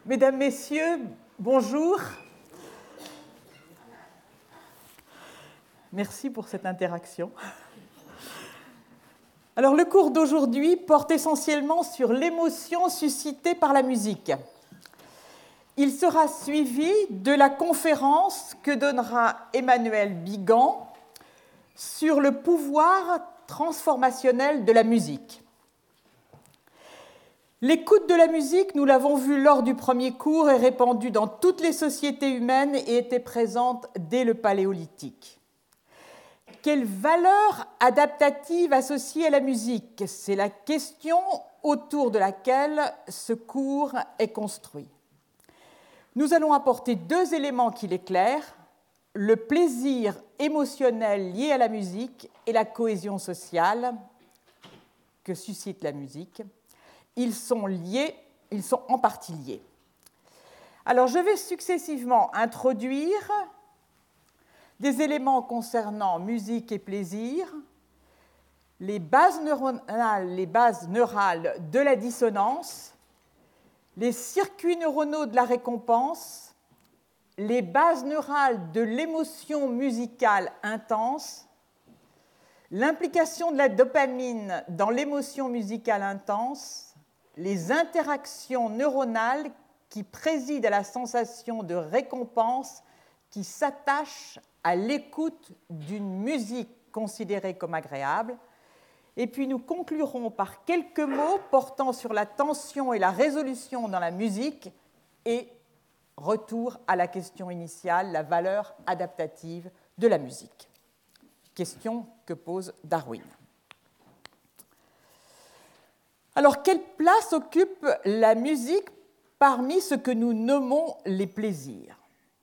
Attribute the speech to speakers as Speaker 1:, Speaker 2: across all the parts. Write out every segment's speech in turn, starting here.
Speaker 1: Mesdames, Messieurs, bonjour. Merci pour cette interaction. Alors, le cours d'aujourd'hui porte essentiellement sur l'émotion suscitée par la musique. Il sera suivi de la conférence que donnera Emmanuel Bigan sur le pouvoir transformationnel de la musique. L'écoute de la musique, nous l'avons vu lors du premier cours, est répandue dans toutes les sociétés humaines et était présente dès le Paléolithique. Quelle valeur adaptative associée à la musique? C'est la question autour de laquelle ce cours est construit. Nous allons apporter deux éléments qui l'éclairent, le plaisir émotionnel lié à la musique et la cohésion sociale que suscite la musique. Ils sont en partie liés. Alors, je vais successivement introduire des éléments concernant musique et plaisir, les bases neurales de la dissonance, les circuits neuronaux de la récompense, les bases neurales de l'émotion musicale intense, l'implication de la dopamine dans l'émotion musicale intense, les interactions neuronales qui président à la sensation de récompense qui s'attache à l'écoute d'une musique considérée comme agréable. Et puis nous conclurons par quelques mots portant sur la tension et la résolution dans la musique et retour à la question initiale, la valeur adaptative de la musique. Question que pose Darwin. Alors, quelle place occupe la musique parmi ce que nous nommons les plaisirs?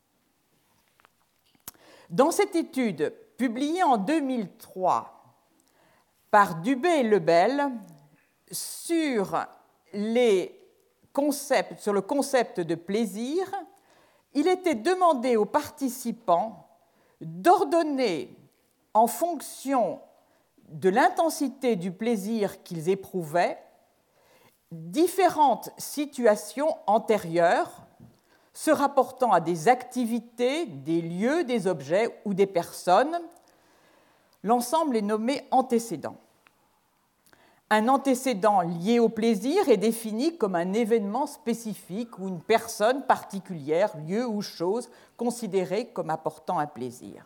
Speaker 1: Dans cette étude, publiée en 2003 par Dubé et Lebel sur le concept de plaisir, il était demandé aux participants d'ordonner en fonction de l'intensité du plaisir qu'ils éprouvaient différentes situations antérieures se rapportant à des activités, des lieux, des objets ou des personnes. L'ensemble est nommé antécédent. Un antécédent lié au plaisir est défini comme un événement spécifique ou une personne particulière, lieu ou chose considérée comme apportant un plaisir.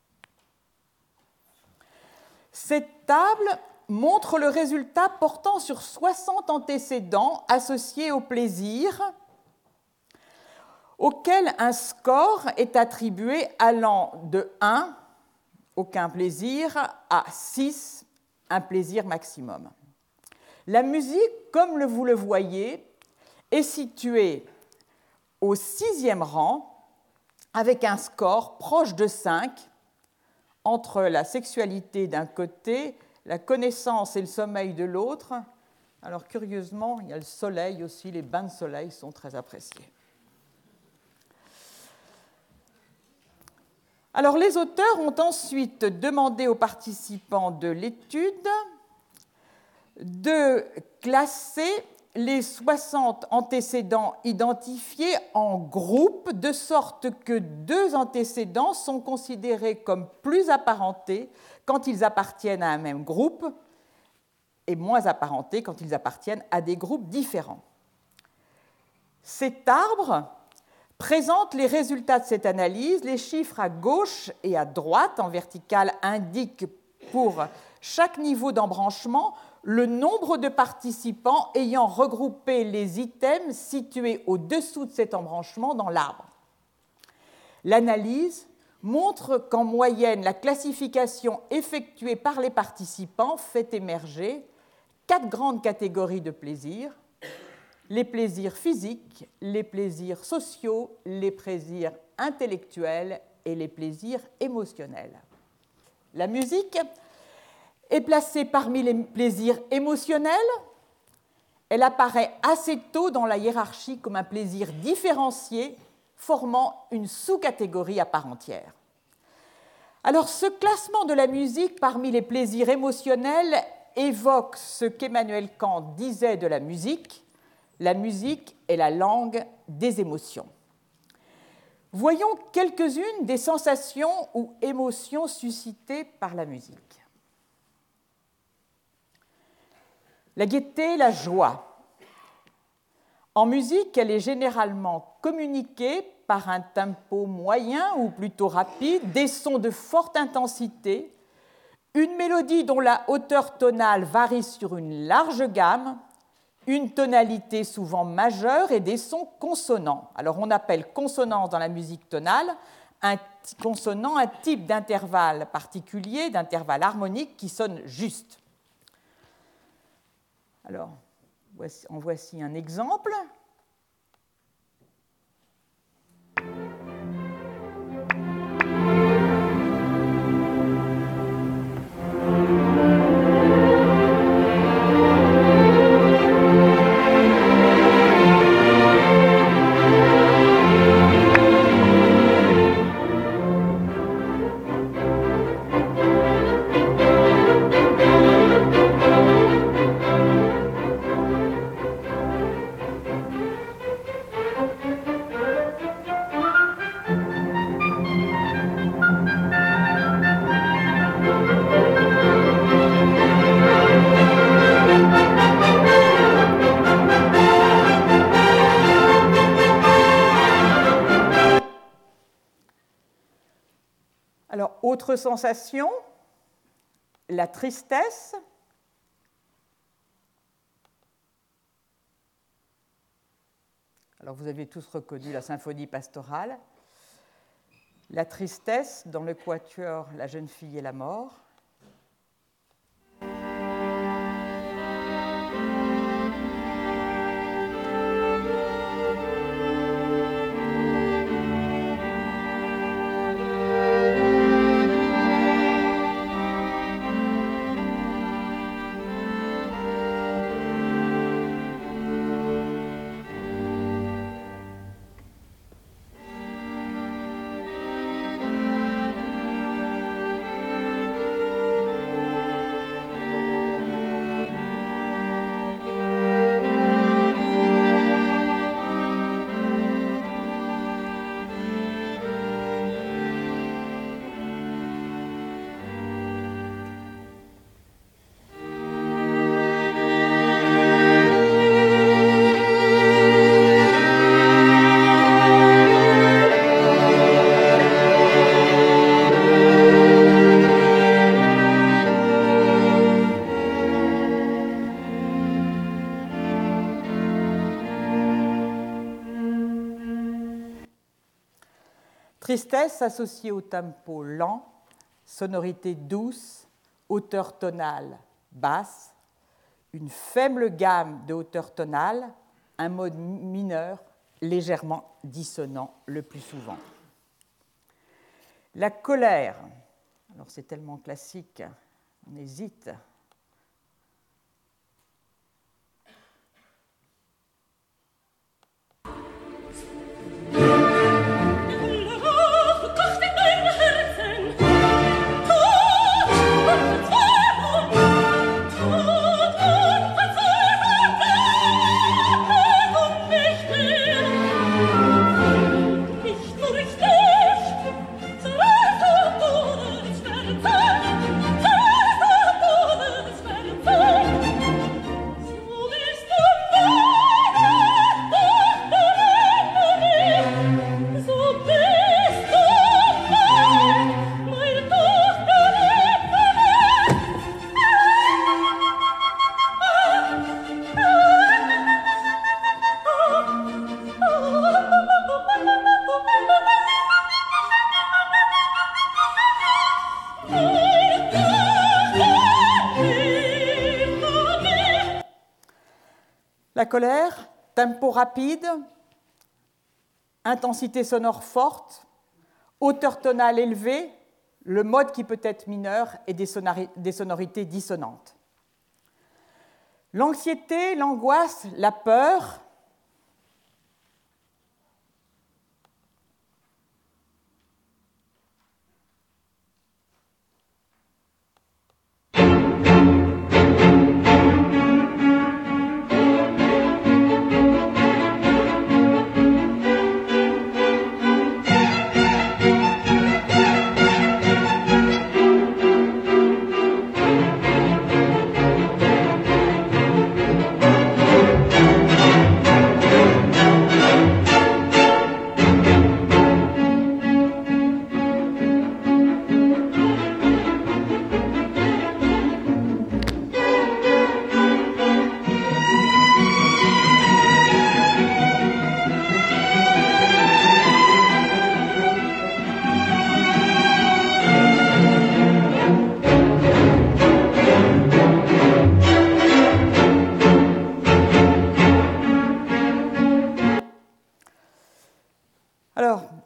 Speaker 1: Cette table montre le résultat portant sur 60 antécédents associés au plaisir, auquel un score est attribué allant de 1, aucun plaisir, à 6, un plaisir maximum. La musique, comme vous le voyez, est située au 6e rang, avec un score proche de 5, entre la sexualité d'un côté, la connaissance et le sommeil de l'autre. Alors, curieusement, il y a le soleil aussi, les bains de soleil sont très appréciés. Alors, les auteurs ont ensuite demandé aux participants de l'étude de classer les 60 antécédents identifiés en groupes, de sorte que 2 antécédents sont considérés comme plus apparentés quand ils appartiennent à un même groupe et moins apparentés quand ils appartiennent à des groupes différents. Cet arbre présente les résultats de cette analyse. Les chiffres à gauche et à droite, en verticale, indiquent pour chaque niveau d'embranchement le nombre de participants ayant regroupé les items situés au-dessous de cet embranchement dans l'arbre. L'analyse montre qu'en moyenne, la classification effectuée par les participants fait émerger 4 grandes catégories de plaisirs: les plaisirs physiques, les plaisirs sociaux, les plaisirs intellectuels et les plaisirs émotionnels. La musique est placée parmi les plaisirs émotionnels. Elle apparaît assez tôt dans la hiérarchie comme un plaisir différencié, formant une sous-catégorie à part entière. Alors, ce classement de la musique parmi les plaisirs émotionnels évoque ce qu'Emmanuel Kant disait de la musique: La musique est la langue des émotions. Voyons quelques-unes des sensations ou émotions suscitées par la musique. La gaieté, la joie. En musique, elle est généralement communiquée par un tempo moyen ou plutôt rapide, des sons de forte intensité, une mélodie dont la hauteur tonale varie sur une large gamme, une tonalité souvent majeure et des sons consonants. Alors on appelle consonance dans la musique tonale un consonant, un type d'intervalle particulier, d'intervalle harmonique qui sonne juste. Alors, en voici un exemple. Alors, autre sensation, la tristesse. Alors, vous avez tous reconnu la symphonie pastorale. La tristesse dans le quatuor La jeune fille et la mort. Tristesse associée au tempo lent, sonorité douce, hauteur tonale basse, une faible gamme de hauteur tonale, un mode mineur légèrement dissonant le plus souvent. La colère, alors c'est tellement classique, on hésite. La colère, tempo rapide, intensité sonore forte, hauteur tonale élevée, le mode qui peut être mineur et des sonorités dissonantes. L'anxiété, l'angoisse, la peur.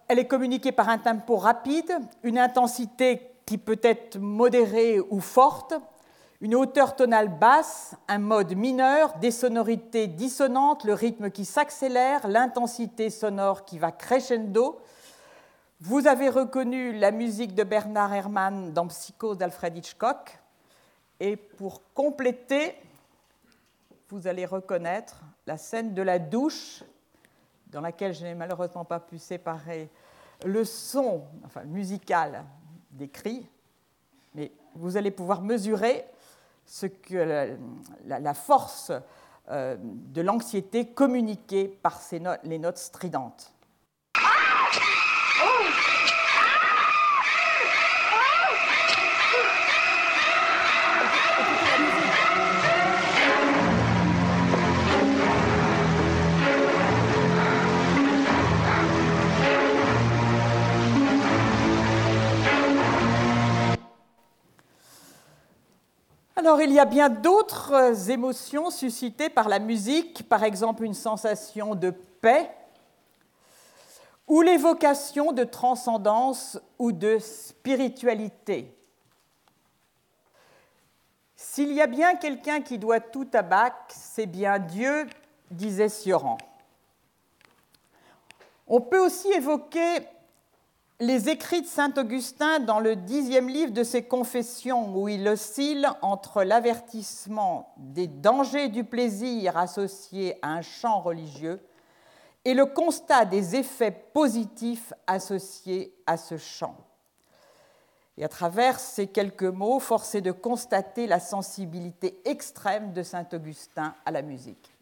Speaker 1: Elle est communiquée par un tempo rapide, une intensité qui peut être modérée ou forte, une hauteur tonale basse, un mode mineur, des sonorités dissonantes, le rythme qui s'accélère, l'intensité sonore qui va crescendo. Vous avez reconnu la musique de Bernard Herrmann dans Psychose d'Alfred Hitchcock. Et pour compléter, vous allez reconnaître la scène de la douche, dans laquelle je n'ai malheureusement pas pu séparer le son musical des cris, mais vous allez pouvoir mesurer ce que la force de l'anxiété communiquée par les notes stridentes. Alors, il y a bien d'autres émotions suscitées par la musique, par exemple une sensation de paix ou l'évocation de transcendance ou de spiritualité. S'il y a bien quelqu'un qui doit tout à Bach, c'est bien Dieu, disait Sioran. On peut aussi évoquer les écrits de saint Augustin dans le 10e livre de ses Confessions, où il oscille entre l'avertissement des dangers du plaisir associés à un chant religieux et le constat des effets positifs associés à ce chant. Et à travers ces quelques mots, force est de constater la sensibilité extrême de saint Augustin à la musique.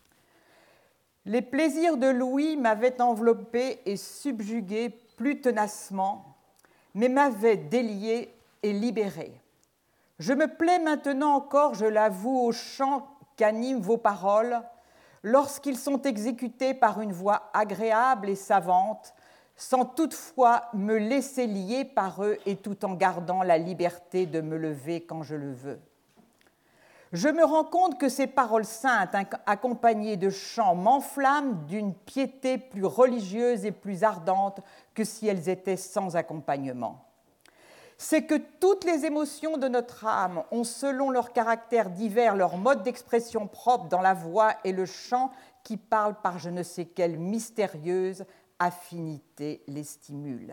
Speaker 1: Les plaisirs de Louis m'avaient enveloppé et subjugué plus tenacement, mais m'avait délié et libéré. Je me plais maintenant encore, je l'avoue, au chant qu'animent vos paroles, lorsqu'ils sont exécutés par une voix agréable et savante, sans toutefois me laisser lier par eux et tout en gardant la liberté de me lever quand je le veux. Je me rends compte que ces paroles saintes, accompagnées de chants, m'enflamment d'une piété plus religieuse et plus ardente que si elles étaient sans accompagnement. C'est que toutes les émotions de notre âme ont, selon leur caractère divers, leur mode d'expression propre dans la voix et le chant qui parlent par je ne sais quelle mystérieuse affinité les stimule.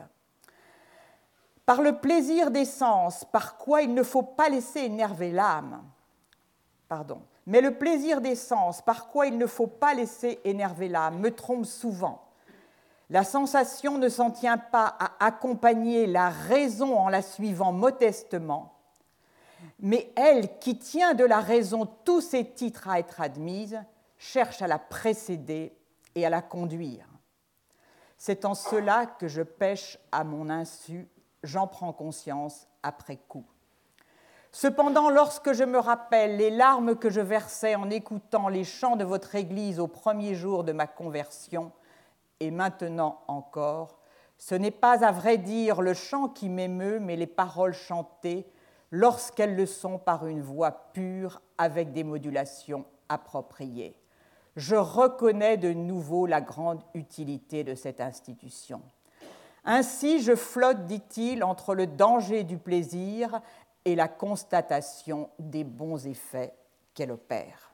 Speaker 1: Par le plaisir des sens, par quoi il ne faut pas laisser énerver l'âme. Mais le plaisir des sens, par quoi il ne faut pas laisser énerver l'âme, me trompe souvent. La sensation ne s'en tient pas à accompagner la raison en la suivant modestement, mais elle, qui tient de la raison tous ses titres à être admise, cherche à la précéder et à la conduire. C'est en cela que je pêche à mon insu, j'en prends conscience après coup. Cependant, lorsque je me rappelle les larmes que je versais en écoutant les chants de votre Église au premier jour de ma conversion, et maintenant encore, ce n'est pas à vrai dire le chant qui m'émeut, mais les paroles chantées, lorsqu'elles le sont par une voix pure avec des modulations appropriées. Je reconnais de nouveau la grande utilité de cette institution. Ainsi, je flotte, dit-il, entre le danger du plaisir et la constatation des bons effets qu'elle opère.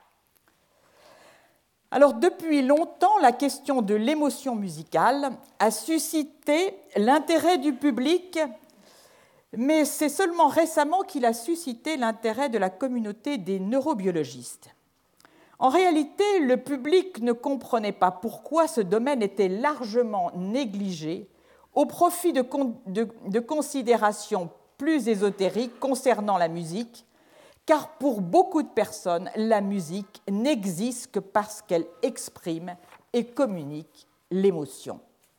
Speaker 1: Alors, depuis longtemps, la question de l'émotion musicale a suscité l'intérêt du public, mais c'est seulement récemment qu'il a suscité l'intérêt de la communauté des neurobiologistes. En réalité, le public ne comprenait pas pourquoi ce domaine était largement négligé au profit de considérations plus ésotériques concernant la musique, car pour beaucoup de personnes, la musique n'existe que parce qu'elle exprime et communique l'émotion.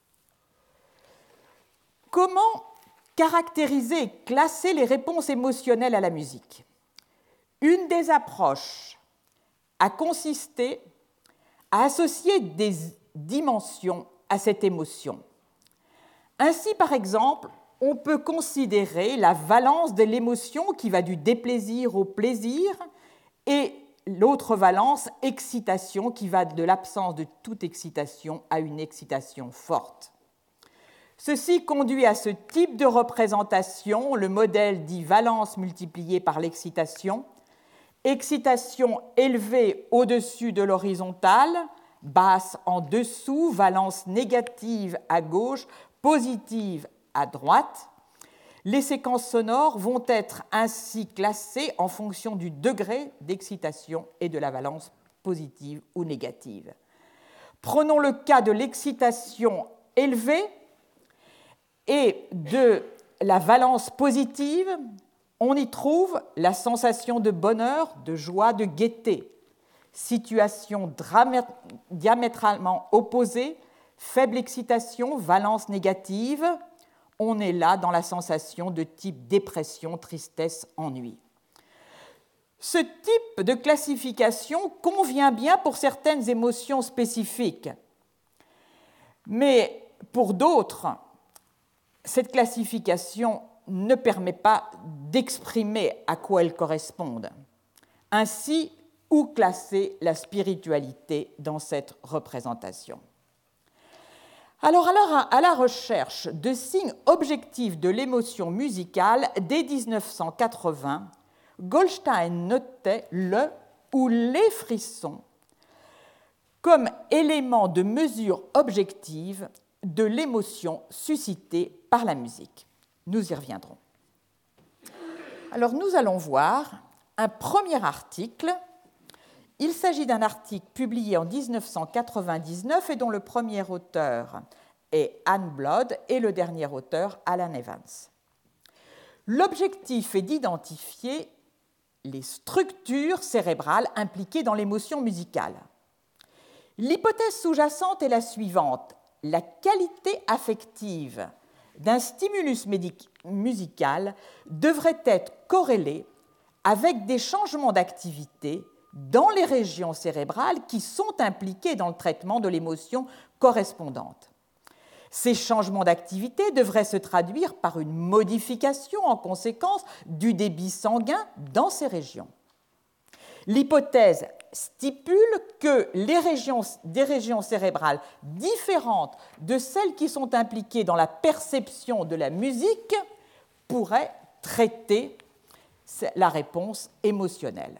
Speaker 1: Comment caractériser et classer les réponses émotionnelles à la musique ? Une des approches a consisté à associer des dimensions à cette émotion. Ainsi, par exemple, on peut considérer la valence de l'émotion qui va du déplaisir au plaisir et l'autre valence, excitation, qui va de l'absence de toute excitation à une excitation forte. Ceci conduit à ce type de représentation, le modèle dit valence multipliée par l'excitation, excitation élevée au-dessus de l'horizontale, basse en dessous, valence négative à gauche, positive à droite. Les séquences sonores vont être ainsi classées en fonction du degré d'excitation et de la valence positive ou négative. Prenons le cas de l'excitation élevée et de la valence positive. On y trouve la sensation de bonheur, de joie, de gaieté. Situation diamétralement opposée, faible excitation, valence négative. On est là dans la sensation de type dépression, tristesse, ennui. Ce type de classification convient bien pour certaines émotions spécifiques, mais pour d'autres, cette classification ne permet pas d'exprimer à quoi elles correspondent. Ainsi, où classer la spiritualité dans cette représentation? Alors, à la recherche de signes objectifs de l'émotion musicale, dès 1980, Goldstein notait le ou les frissons comme élément de mesure objective de l'émotion suscitée par la musique. Nous y reviendrons. Alors, nous allons voir un premier article. Il s'agit d'un article publié en 1999 et dont le premier auteur est Anne Blood et le dernier auteur Alan Evans. L'objectif est d'identifier les structures cérébrales impliquées dans l'émotion musicale. L'hypothèse sous-jacente est la suivante. La qualité affective d'un stimulus musical devrait être corrélée avec des changements d'activité dans les régions cérébrales qui sont impliquées dans le traitement de l'émotion correspondante. Ces changements d'activité devraient se traduire par une modification en conséquence du débit sanguin dans ces régions. L'hypothèse stipule que des régions cérébrales différentes de celles qui sont impliquées dans la perception de la musique pourraient traiter la réponse émotionnelle.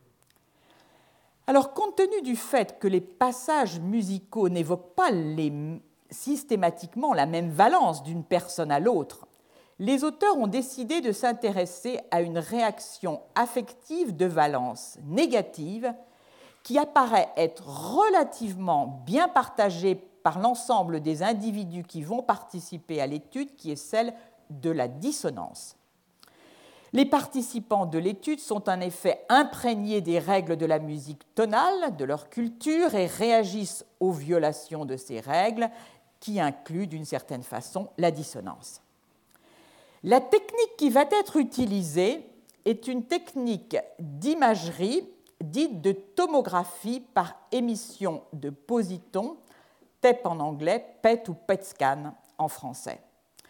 Speaker 1: Alors, compte tenu du fait que les passages musicaux n'évoquent pas systématiquement la même valence d'une personne à l'autre, les auteurs ont décidé de s'intéresser à une réaction affective de valence négative qui apparaît être relativement bien partagée par l'ensemble des individus qui vont participer à l'étude, qui est celle de la dissonance. Les participants de l'étude sont en effet imprégnés des règles de la musique tonale, de leur culture, et réagissent aux violations de ces règles, qui incluent d'une certaine façon la dissonance. La technique qui va être utilisée est une technique d'imagerie dite de tomographie par émission de positons, TEP en anglais, PET ou PET scan en français.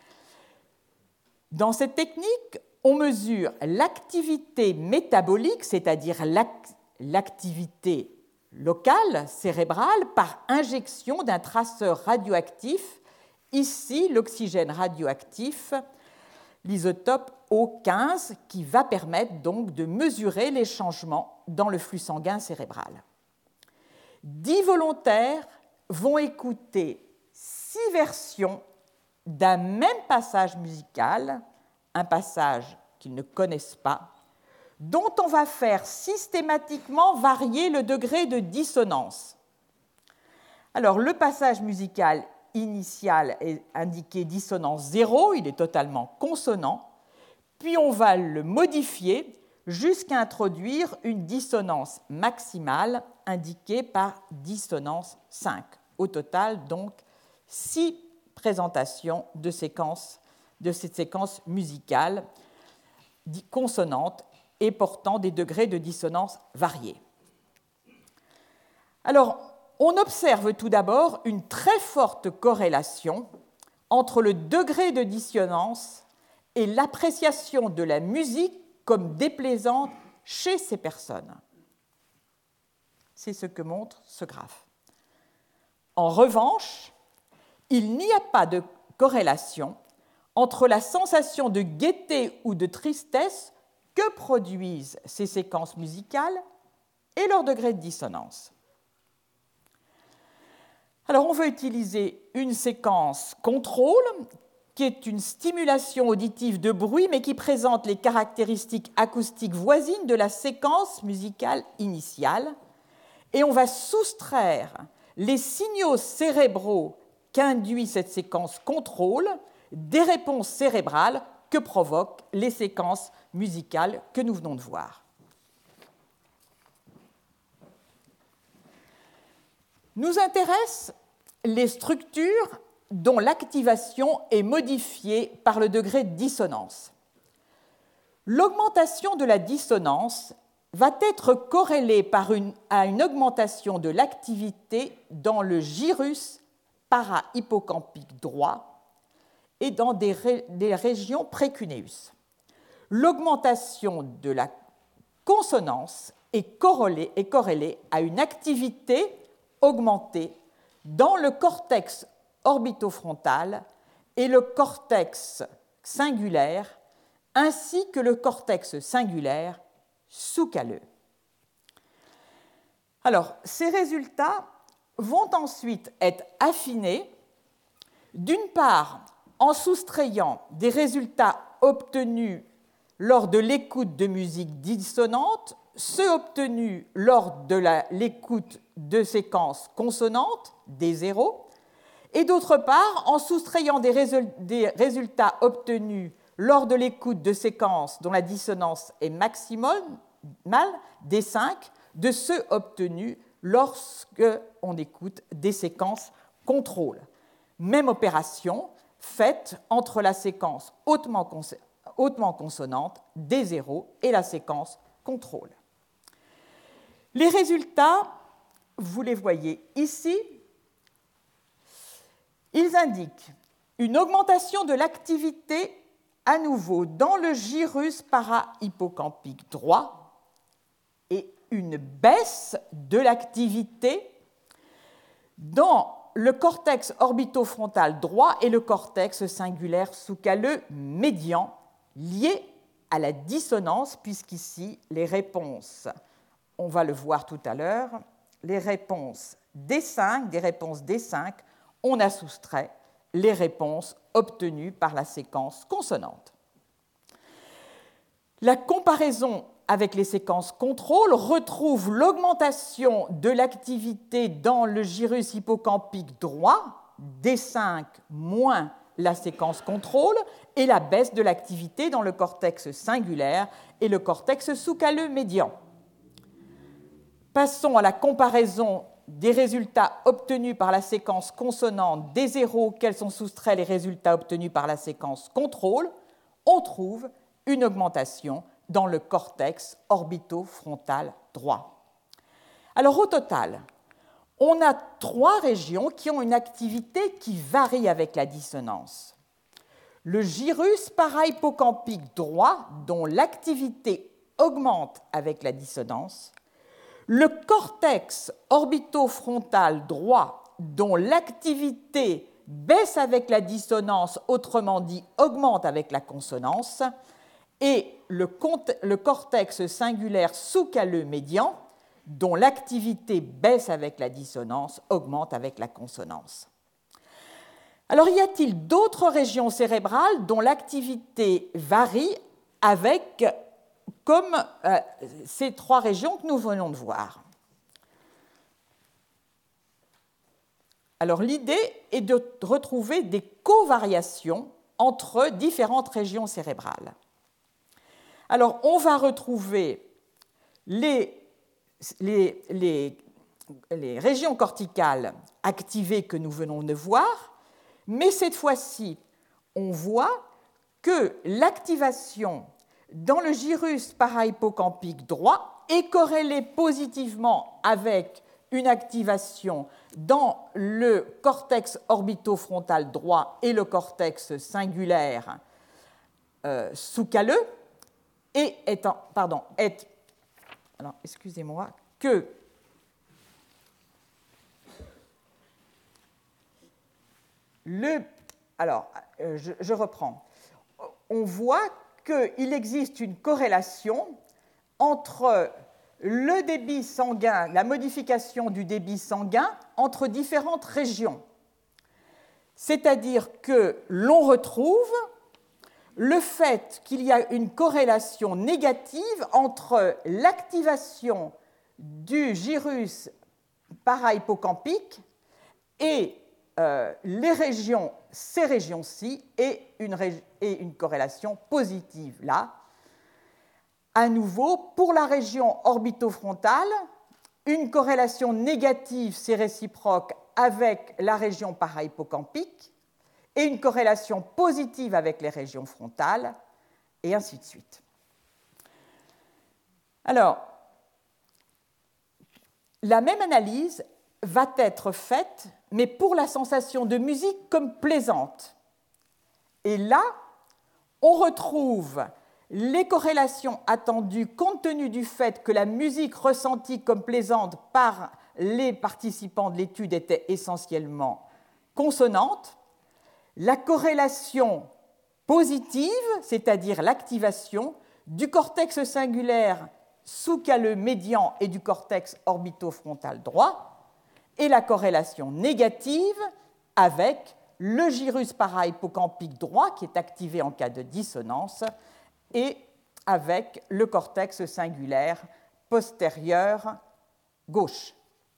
Speaker 1: Dans cette technique, on mesure l'activité métabolique, c'est-à-dire l'activité locale cérébrale, par injection d'un traceur radioactif, ici l'oxygène radioactif, l'isotope O15, qui va permettre donc de mesurer les changements dans le flux sanguin cérébral. 10 volontaires vont écouter 6 versions d'un même passage musical, un passage qu'ils ne connaissent pas, dont on va faire systématiquement varier le degré de dissonance. Alors, le passage musical initial est indiqué dissonance 0, il est totalement consonant, puis on va le modifier jusqu'à introduire une dissonance maximale indiquée par dissonance 5. Au total, donc, 6 présentations de cette séquence musicale consonante et portant des degrés de dissonance variés. Alors, on observe tout d'abord une très forte corrélation entre le degré de dissonance et l'appréciation de la musique comme déplaisante chez ces personnes. C'est ce que montre ce graphe. En revanche, il n'y a pas de corrélation entre la sensation de gaieté ou de tristesse que produisent ces séquences musicales et leur degré de dissonance. Alors, on veut utiliser une séquence contrôle, qui est une stimulation auditive de bruit, mais qui présente les caractéristiques acoustiques voisines de la séquence musicale initiale. Et on va soustraire les signaux cérébraux qu'induit cette séquence contrôle des réponses cérébrales que provoquent les séquences musicales que nous venons de voir. Nous intéressent les structures dont l'activation est modifiée par le degré de dissonance. L'augmentation de la dissonance va être corrélée à une augmentation de l'activité dans le gyrus para-hippocampique droit et dans des régions précuneus. L'augmentation de la consonance est corrélée à une activité augmentée dans le cortex orbitofrontal et le cortex singulaire, ainsi que le cortex singulaire sous-calleux. Alors, ces résultats vont ensuite être affinés, d'une part en soustrayant des résultats obtenus lors de l'écoute de musique dissonante, ceux obtenus lors de l'écoute de séquences consonantes, D0, et d'autre part en soustrayant des résultats obtenus lors de l'écoute de séquences dont la dissonance est maximale, D5, de ceux obtenus lorsque on écoute des séquences contrôle. Même opération faite entre la séquence hautement consonante, D0, et la séquence contrôle. Les résultats, vous les voyez ici, ils indiquent une augmentation de l'activité à nouveau dans le gyrus para-hippocampique droit et une baisse de l'activité dans le cortex orbitofrontal droit et le cortex singulaire sous-calleux médian liés à la dissonance, puisqu'ici les réponses, on va le voir tout à l'heure, les réponses D5, des réponses D5, on a soustrait les réponses obtenues par la séquence consonante. La comparaison avec les séquences contrôle retrouve l'augmentation de l'activité dans le gyrus hippocampique droit, D5 moins la séquence contrôle, et la baisse de l'activité dans le cortex singulaire et le cortex sous-calleux médian. Passons à la comparaison des résultats obtenus par la séquence consonante D0 auxquels sont soustraits les résultats obtenus par la séquence contrôle. On trouve une augmentation dans le cortex orbitofrontal droit. Alors au total, on a 3 régions qui ont une activité qui varie avec la dissonance. Le gyrus para-hippocampique droit, dont l'activité augmente avec la dissonance, le cortex orbitofrontal droit, dont l'activité baisse avec la dissonance, autrement dit augmente avec la consonance, et le cortex singulaire sous-calleux médian, dont l'activité baisse avec la dissonance, augmente avec la consonance. Alors, y a-t-il d'autres régions cérébrales dont l'activité varie avec, comme ces 3 régions que nous venons de voir? Alors, l'idée est de retrouver des covariations entre différentes régions cérébrales. Alors, on va retrouver les régions corticales activées que nous venons de voir, mais cette fois-ci, on voit que l'activation dans le gyrus para-hippocampique droit est corrélée positivement avec une activation dans le cortex orbitofrontal droit et le cortex singulaire sous-calleux, et alors, excusez-moi, que alors, je reprends. On voit qu'il existe une corrélation entre le débit sanguin, la modification du débit sanguin entre différentes régions. C'est-à-dire que l'on retrouve le fait qu'il y a une corrélation négative entre l'activation du gyrus para-hippocampique et les régions, ces régions-ci, et une corrélation positive là. À nouveau, pour la région orbitofrontale, une corrélation négative, c'est réciproque avec la région para-hippocampique, et une corrélation positive avec les régions frontales, et ainsi de suite. Alors, la même analyse va être faite, mais pour la sensation de musique comme plaisante. Et là, on retrouve les corrélations attendues compte tenu du fait que la musique ressentie comme plaisante par les participants de l'étude était essentiellement consonante. La corrélation positive, c'est-à-dire l'activation du cortex singulaire sous-calleux médian et du cortex orbitofrontal droit, et la corrélation négative avec le gyrus para-hippocampique droit qui est activé en cas de dissonance et avec le cortex singulaire postérieur gauche.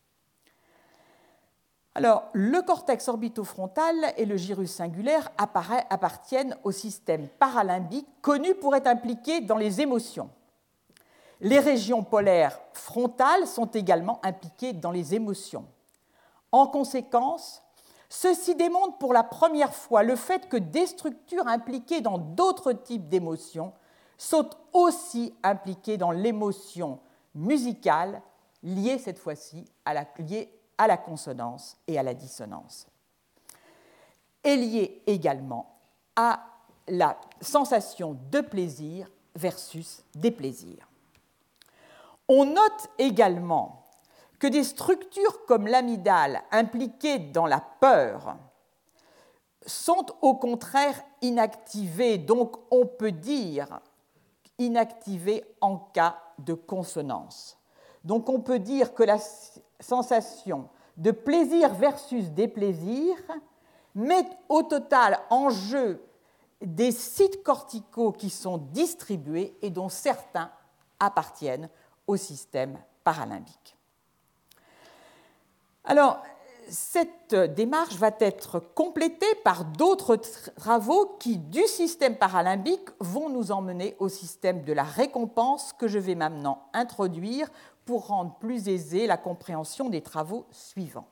Speaker 1: Alors, le cortex orbitofrontal et le gyrus singulaire appartiennent au système paralimbique connu pour être impliqué dans les émotions. Les régions polaires frontales sont également impliquées dans les émotions. En conséquence, ceci démontre pour la première fois le fait que des structures impliquées dans d'autres types d'émotions sont aussi impliquées dans l'émotion musicale, liée cette fois-ci à la consonance et à la dissonance, et liée également à la sensation de plaisir versus déplaisir. On note également que des structures comme l'amygdale impliquées dans la peur sont au contraire inactivées, donc on peut dire inactivées en cas de consonance. Donc on peut dire que la sensation de plaisir versus déplaisir met au total en jeu des sites corticaux qui sont distribués et dont certains appartiennent au système paralimbique. Alors, cette démarche va être complétée par d'autres travaux qui, du système paralimbique, vont nous emmener au système de la récompense que je vais maintenant introduire pour rendre plus aisée la compréhension des travaux suivants.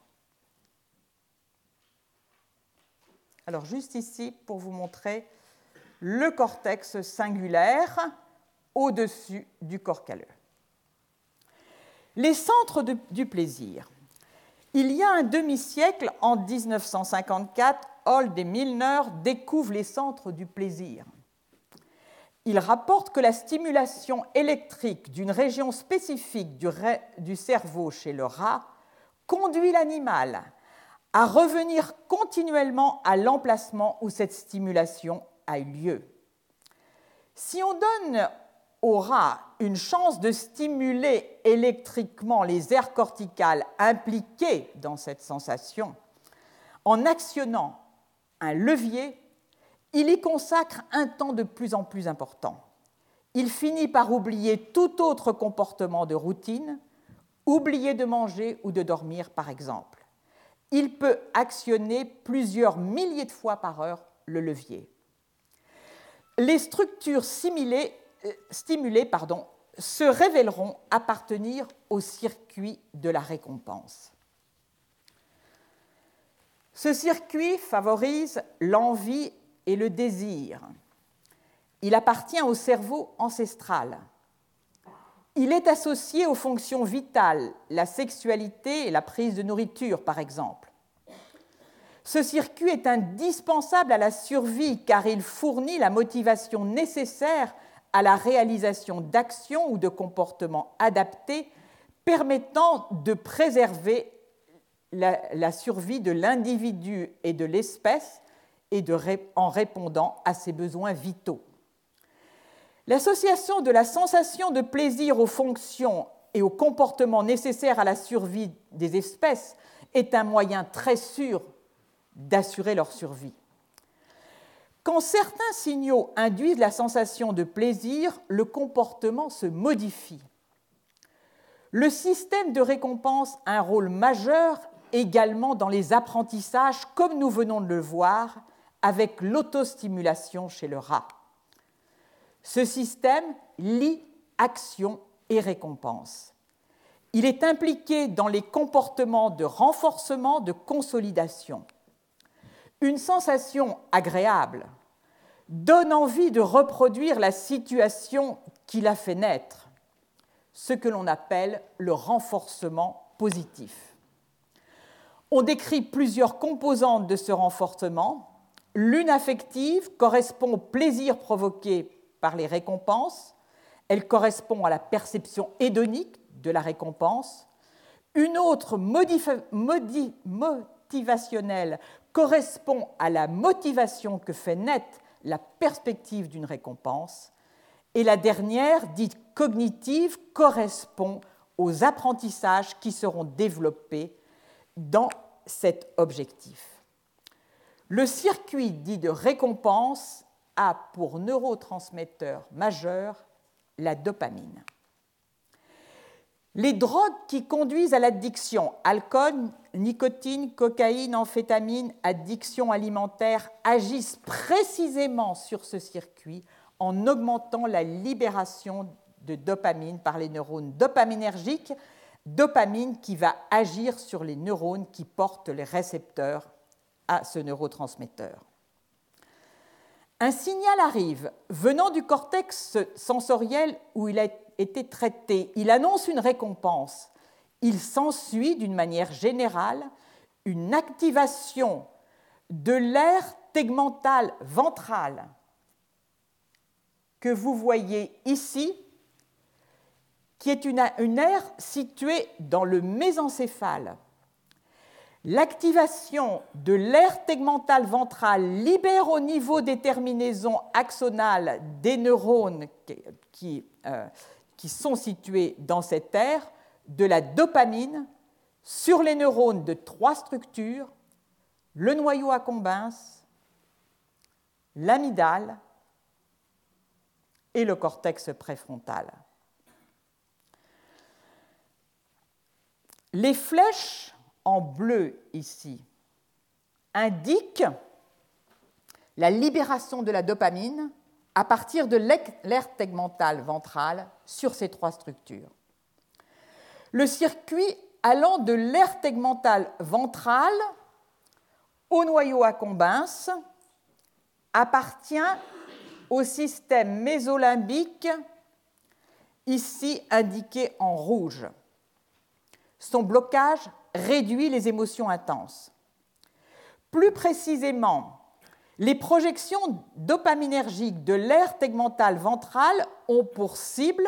Speaker 1: Alors, juste ici, pour vous montrer le cortex singulaire au-dessus du corps calleux. Les centres du plaisir. Il y a un demi-siècle, en 1954, Hold et Milner découvrent les centres du plaisir. Ils rapportent que la stimulation électrique d'une région spécifique du cerveau chez le rat conduit l'animal à revenir continuellement à l'emplacement où cette stimulation a eu lieu. Si on donne au rat une chance de stimuler électriquement les aires corticales impliquées dans cette sensation, en actionnant un levier, il y consacre un temps de plus en plus important. Il finit par oublier tout autre comportement de routine, oublier de manger ou de dormir par exemple. Il peut actionner plusieurs milliers de fois par heure le levier. Les structures stimulées se révéleront appartenir au circuit de la récompense. Ce circuit favorise l'envie et le désir. Il appartient au cerveau ancestral. Il est associé aux fonctions vitales, la sexualité et la prise de nourriture, par exemple. Ce circuit est indispensable à la survie car il fournit la motivation nécessaire à la réalisation d'actions ou de comportements adaptés permettant de préserver la survie de l'individu et de l'espèce et en répondant à ses besoins vitaux. L'association de la sensation de plaisir aux fonctions et aux comportements nécessaires à la survie des espèces est un moyen très sûr d'assurer leur survie. Quand certains signaux induisent la sensation de plaisir, le comportement se modifie. Le système de récompense a un rôle majeur également dans les apprentissages, comme nous venons de le voir avec l'autostimulation chez le rat. Ce système lie action et récompense. Il est impliqué dans les comportements de renforcement, de consolidation. Une sensation agréable donne envie de reproduire la situation qui l'a fait naître, ce que l'on appelle le renforcement positif. On décrit plusieurs composantes de ce renforcement. L'une affective correspond au plaisir provoqué par les récompenses. Elle correspond à la perception hédonique de la récompense. Une autre motivationnelle correspond à la motivation que fait naître la perspective d'une récompense. Et la dernière, dite cognitive, correspond aux apprentissages qui seront développés dans cet objectif. Le circuit dit de récompense a pour neurotransmetteur majeur la dopamine. Les drogues qui conduisent à l'addiction, alcool, nicotine, cocaïne, amphétamine, addiction alimentaire, agissent précisément sur ce circuit en augmentant la libération de dopamine par les neurones dopaminergiques, dopamine qui va agir sur les neurones qui portent les récepteurs à ce neurotransmetteur. Un signal arrive venant du cortex sensoriel où il a été traité. Il annonce une récompense. Il s'ensuit d'une manière générale une activation de l'aire tegmentale ventrale que vous voyez ici, qui est une aire située dans le mésencéphale. L'activation de l'aire tegmentale ventrale libère au niveau des terminaisons axonales des neurones qui sont situés dans cette aire de la dopamine sur les neurones de 3 structures, le noyau accumbens, l'amygdale et le cortex préfrontal. Les flèches en bleu ici indiquent la libération de la dopamine à partir de l'aire tegmentale ventrale sur ces 3 structures. Le circuit allant de l'aire tegmentale ventrale au noyau accumbens appartient au système mésolimbique, ici indiqué en rouge. Son blocage réduit les émotions intenses. Plus précisément, les projections dopaminergiques de l'aire tegmentale ventrale ont pour cible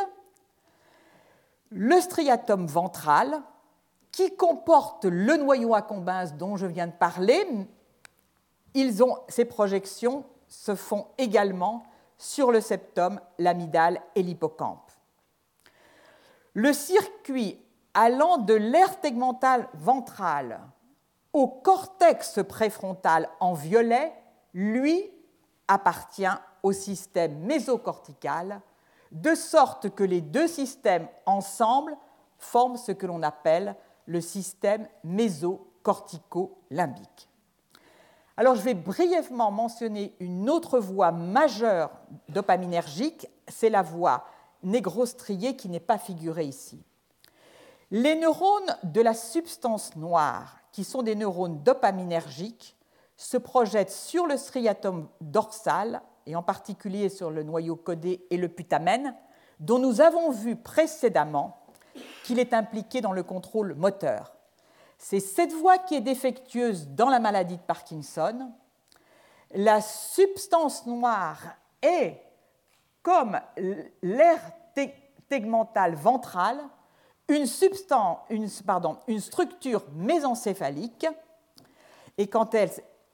Speaker 1: le striatum ventral, qui comporte le noyau accumbens dont je viens de parler. Ces projections se font également sur le septum, l'amygdale et l'hippocampe. Le circuit allant de l'aire tegmentale ventrale au cortex préfrontal en violet, lui, appartient au système mésocortical, de sorte que les 2 systèmes ensemble forment ce que l'on appelle le système mésocortico-limbique. Alors, je vais brièvement mentionner une autre voie majeure dopaminergique, c'est la voie négrostriée qui n'est pas figurée ici. Les neurones de la substance noire, qui sont des neurones dopaminergiques, se projettent sur le striatum dorsal, et en particulier sur le noyau codé et le putamen, dont nous avons vu précédemment qu'il est impliqué dans le contrôle moteur. C'est cette voie qui est défectueuse dans la maladie de Parkinson. La substance noire est, comme l'aire tegmentale ventrale, une structure mésencéphalique, et quand elle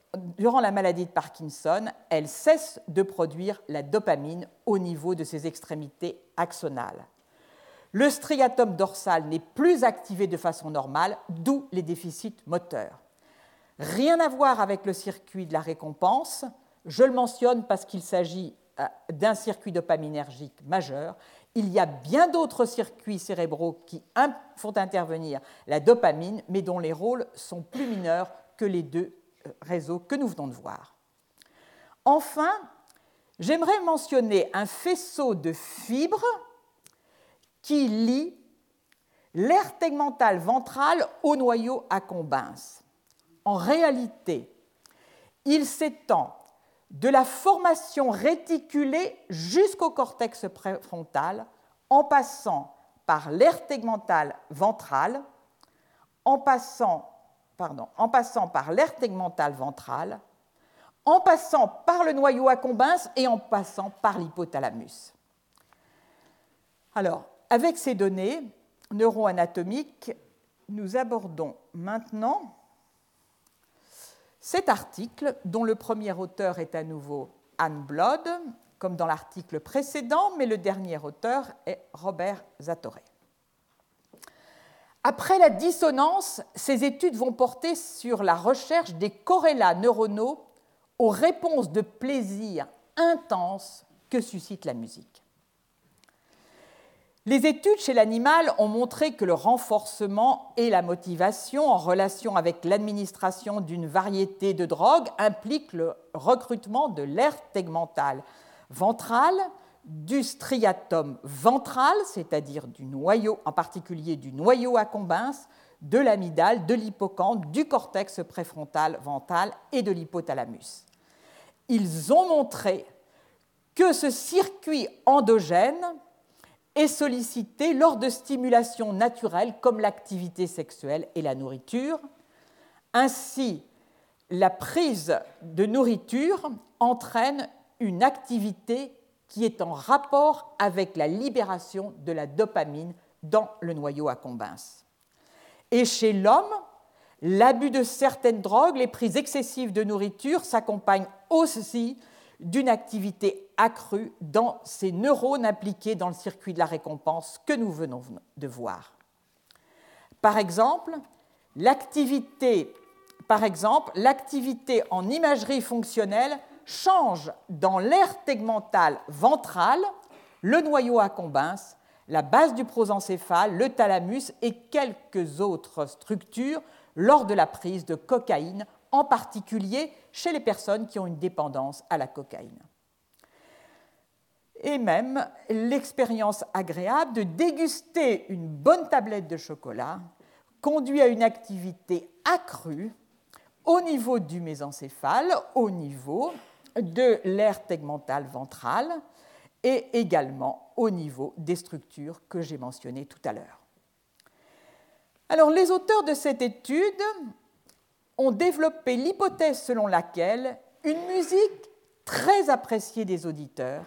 Speaker 1: durant la maladie de Parkinson, elle cesse de produire la dopamine au niveau de ses extrémités axonales. Le striatum dorsal n'est plus activé de façon normale, d'où les déficits moteurs. Rien à voir avec le circuit de la récompense. Je le mentionne parce qu'il s'agit d'un circuit dopaminergique majeur. Il y a bien d'autres circuits cérébraux qui font intervenir la dopamine, mais dont les rôles sont plus mineurs que les deux réseaux que nous venons de voir. Enfin, j'aimerais mentionner un faisceau de fibres qui lie l'aire tegmentale ventrale au noyau accumbens. En réalité, il s'étend de la formation réticulée jusqu'au cortex préfrontal, en passant par l'aire tegmentale ventrale, en passant par l'aire tegmentale ventrale, en passant par le noyau accumbens et en passant par l'hypothalamus. Alors, avec ces données neuroanatomiques, nous abordons maintenant cet article, dont le premier auteur est à nouveau Anne Blood, comme dans l'article précédent, mais le dernier auteur est Robert Zatorre. Après la dissonance, ces études vont porter sur la recherche des corrélats neuronaux aux réponses de plaisir intenses que suscite la musique. Les études chez l'animal ont montré que le renforcement et la motivation en relation avec l'administration d'une variété de drogues impliquent le recrutement de l'aire tegmentale ventrale, du striatum ventral, c'est-à-dire du noyau, en particulier du noyau accumbens, de l'amygdale, de l'hippocampe, du cortex préfrontal ventral et de l'hypothalamus. Ils ont montré que ce circuit endogène est sollicité lors de stimulations naturelles comme l'activité sexuelle et la nourriture. Ainsi, la prise de nourriture entraîne une activité qui est en rapport avec la libération de la dopamine dans le noyau accumbens. Et chez l'homme, l'abus de certaines drogues, les prises excessives de nourriture s'accompagnent aussi d'une activité accrue dans ces neurones impliqués dans le circuit de la récompense que nous venons de voir. Par exemple, l'activité en imagerie fonctionnelle change dans l'aire tegmentale ventrale, le noyau accumbens, la base du prosencéphale, le thalamus et quelques autres structures lors de la prise de cocaïne, en particulier chez les personnes qui ont une dépendance à la cocaïne. Et même l'expérience agréable de déguster une bonne tablette de chocolat conduit à une activité accrue au niveau du mésencéphale, au niveau de l'aire tegmentale ventrale et également au niveau des structures que j'ai mentionnées tout à l'heure. Alors, les auteurs de cette étude ont développé l'hypothèse selon laquelle une musique très appréciée des auditeurs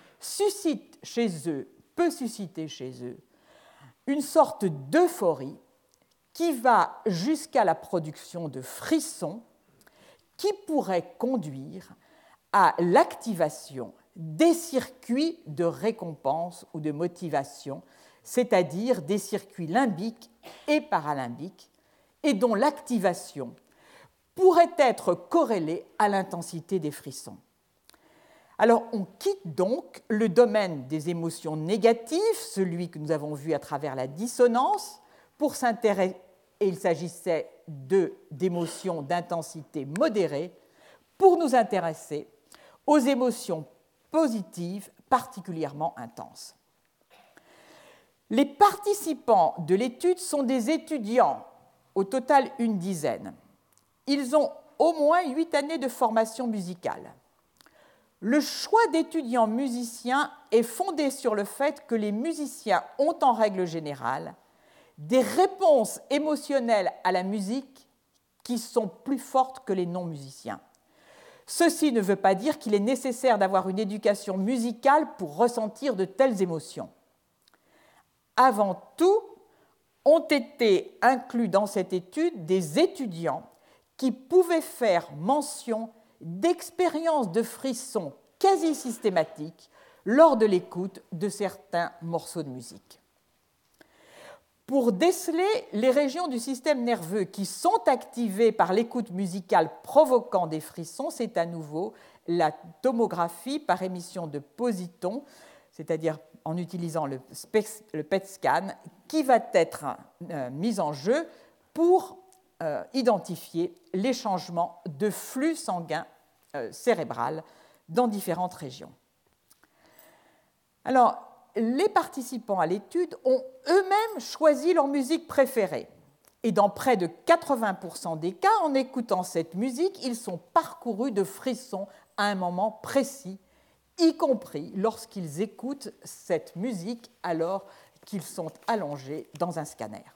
Speaker 1: peut susciter chez eux une sorte d'euphorie qui va jusqu'à la production de frissons qui pourraient conduire à l'activation des circuits de récompense ou de motivation, c'est-à-dire des circuits limbiques et paralimbiques, et dont l'activation pourrait être corrélée à l'intensité des frissons. Alors, on quitte donc le domaine des émotions négatives, celui que nous avons vu à travers la dissonance, pour s'intéresser, et il s'agissait d'émotions d'intensité modérée, pour nous intéresser aux émotions positives particulièrement intenses. Les participants de l'étude sont des étudiants, au total une dizaine. Ils ont au moins 8 années de formation musicale. Le choix d'étudiants musiciens est fondé sur le fait que les musiciens ont en règle générale des réponses émotionnelles à la musique qui sont plus fortes que les non-musiciens. Ceci ne veut pas dire qu'il est nécessaire d'avoir une éducation musicale pour ressentir de telles émotions. Avant tout, ont été inclus dans cette étude des étudiants qui pouvaient faire mention d'expériences de frissons quasi systématiques lors de l'écoute de certains morceaux de musique. Pour déceler les régions du système nerveux qui sont activées par l'écoute musicale provoquant des frissons, c'est à nouveau la tomographie par émission de positons, c'est-à-dire en utilisant le PET scan, qui va être mise en jeu pour identifier les changements de flux sanguin cérébral dans différentes régions. Alors, les participants à l'étude ont eux-mêmes choisi leur musique préférée. Et dans près de 80% des cas, en écoutant cette musique, ils sont parcourus de frissons à un moment précis, y compris lorsqu'ils écoutent cette musique alors qu'ils sont allongés dans un scanner.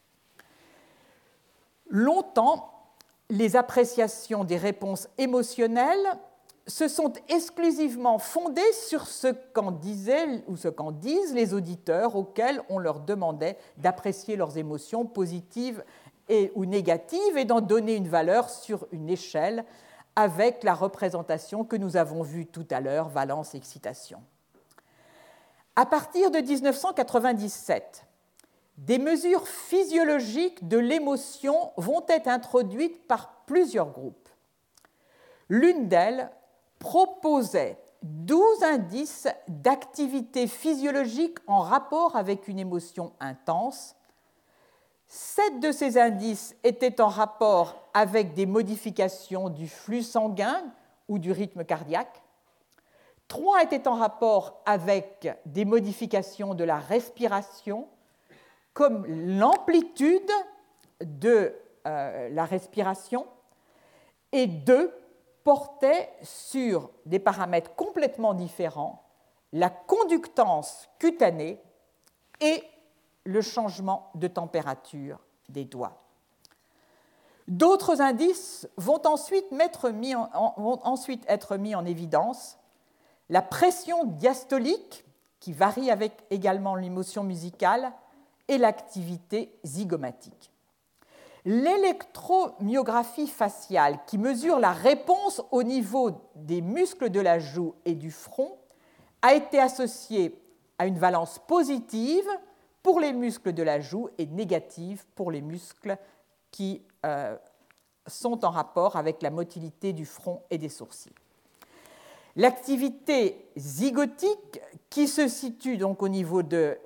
Speaker 1: Longtemps, les appréciations des réponses émotionnelles se sont exclusivement fondées sur ce qu'en disaient ou ce qu'en disent les auditeurs auxquels on leur demandait d'apprécier leurs émotions positives ou négatives et d'en donner une valeur sur une échelle avec la représentation que nous avons vue tout à l'heure, valence-excitation. À partir de 1997, des mesures physiologiques de l'émotion vont être introduites par plusieurs groupes. L'une d'elles proposait 12 indices d'activité physiologique en rapport avec une émotion intense. 7 de ces indices étaient en rapport avec des modifications du flux sanguin ou du rythme cardiaque. 3 étaient en rapport avec des modifications de la respiration, comme l'amplitude de la respiration, et 2 portaient sur des paramètres complètement différents, la conductance cutanée et le changement de température des doigts. D'autres indices vont ensuite être mis en évidence. La pression diastolique, qui varie avec également l'émotion musicale, et l'activité zygomatique. L'électromyographie faciale, qui mesure la réponse au niveau des muscles de la joue et du front, a été associée à une valence positive pour les muscles de la joue et négative pour les muscles qui sont en rapport avec la motilité du front et des sourcils. L'activité zygomatique, qui se situe au niveau de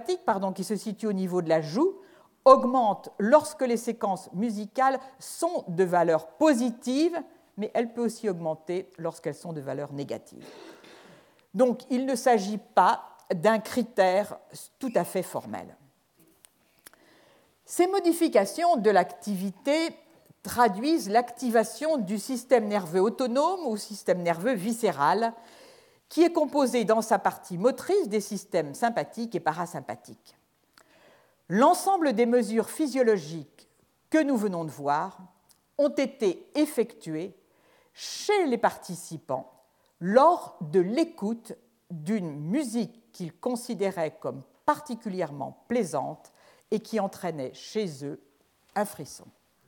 Speaker 1: la joue, augmente lorsque les séquences musicales sont de valeur positive, mais elle peut aussi augmenter lorsqu'elles sont de valeur négative. Donc, il ne s'agit pas d'un critère tout à fait formel. Ces modifications de l'activité traduisent l'activation du système nerveux autonome ou système nerveux viscéral, qui est composé dans sa partie motrice des systèmes sympathiques et parasympathiques. L'ensemble des mesures physiologiques que nous venons de voir ont été effectuées chez les participants lors de l'écoute d'une musique qu'ils considéraient comme particulièrement plaisante et qui entraînait chez eux un frisson.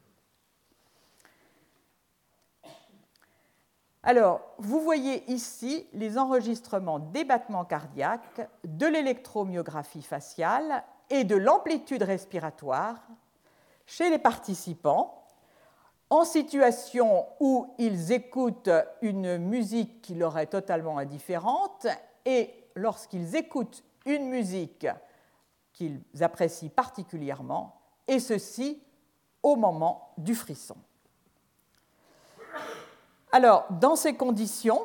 Speaker 1: Alors, vous voyez ici les enregistrements des battements cardiaques, de l'électromyographie faciale et de l'amplitude respiratoire chez les participants en situation où ils écoutent une musique qui leur est totalement indifférente et lorsqu'ils écoutent une musique qu'ils apprécient particulièrement, et ceci au moment du frisson. Alors, dans ces conditions,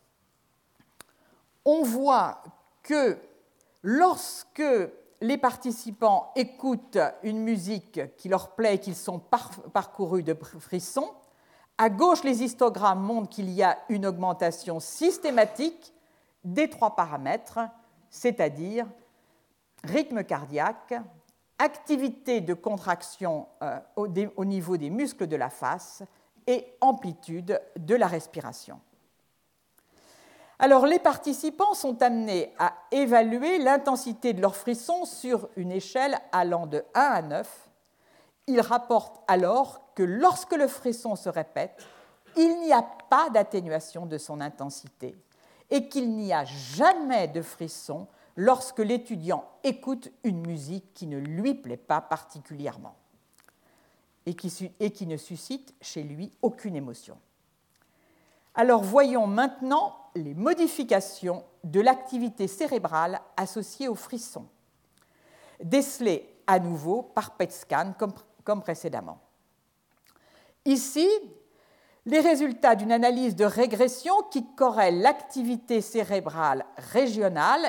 Speaker 1: on voit que lorsque les participants écoutent une musique qui leur plaît et qu'ils sont parcourus de frissons, à gauche, les histogrammes montrent qu'il y a une augmentation systématique des 3 paramètres, c'est-à-dire rythme cardiaque, activité de contraction au niveau des muscles de la face et amplitude de la respiration. Alors, les participants sont amenés à évaluer l'intensité de leurs frissons sur une échelle allant de 1 à 9. Ils rapportent alors que que lorsque le frisson se répète, il n'y a pas d'atténuation de son intensité et qu'il n'y a jamais de frisson lorsque l'étudiant écoute une musique qui ne lui plaît pas particulièrement et qui ne suscite chez lui aucune émotion. Alors voyons maintenant les modifications de l'activité cérébrale associée au frisson, décelées à nouveau par Petskan comme précédemment. Ici, les résultats d'une analyse de régression qui corrèle l'activité cérébrale régionale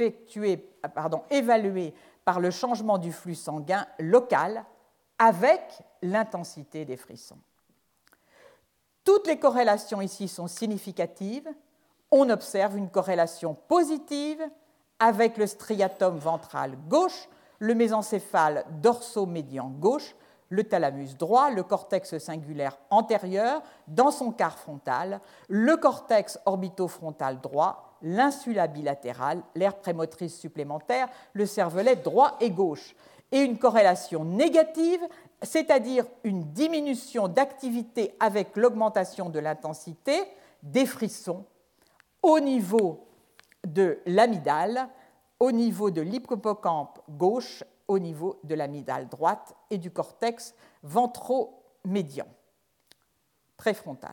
Speaker 1: évaluée par le changement du flux sanguin local avec l'intensité des frissons. Toutes les corrélations ici sont significatives. On observe une corrélation positive avec le striatum ventral gauche, le mésencéphale dorso-médian gauche, le thalamus droit, le cortex singulaire antérieur, dans son quart frontal, le cortex orbitofrontal droit, l'insula bilatérale, l'aire prémotrice supplémentaire, le cervelet droit et gauche, et une corrélation négative, c'est-à-dire une diminution d'activité avec l'augmentation de l'intensité des frissons au niveau de l'amygdale, au niveau de l'hippocampe gauche, au niveau de l'amygdale droite et du cortex ventromédian, préfrontal.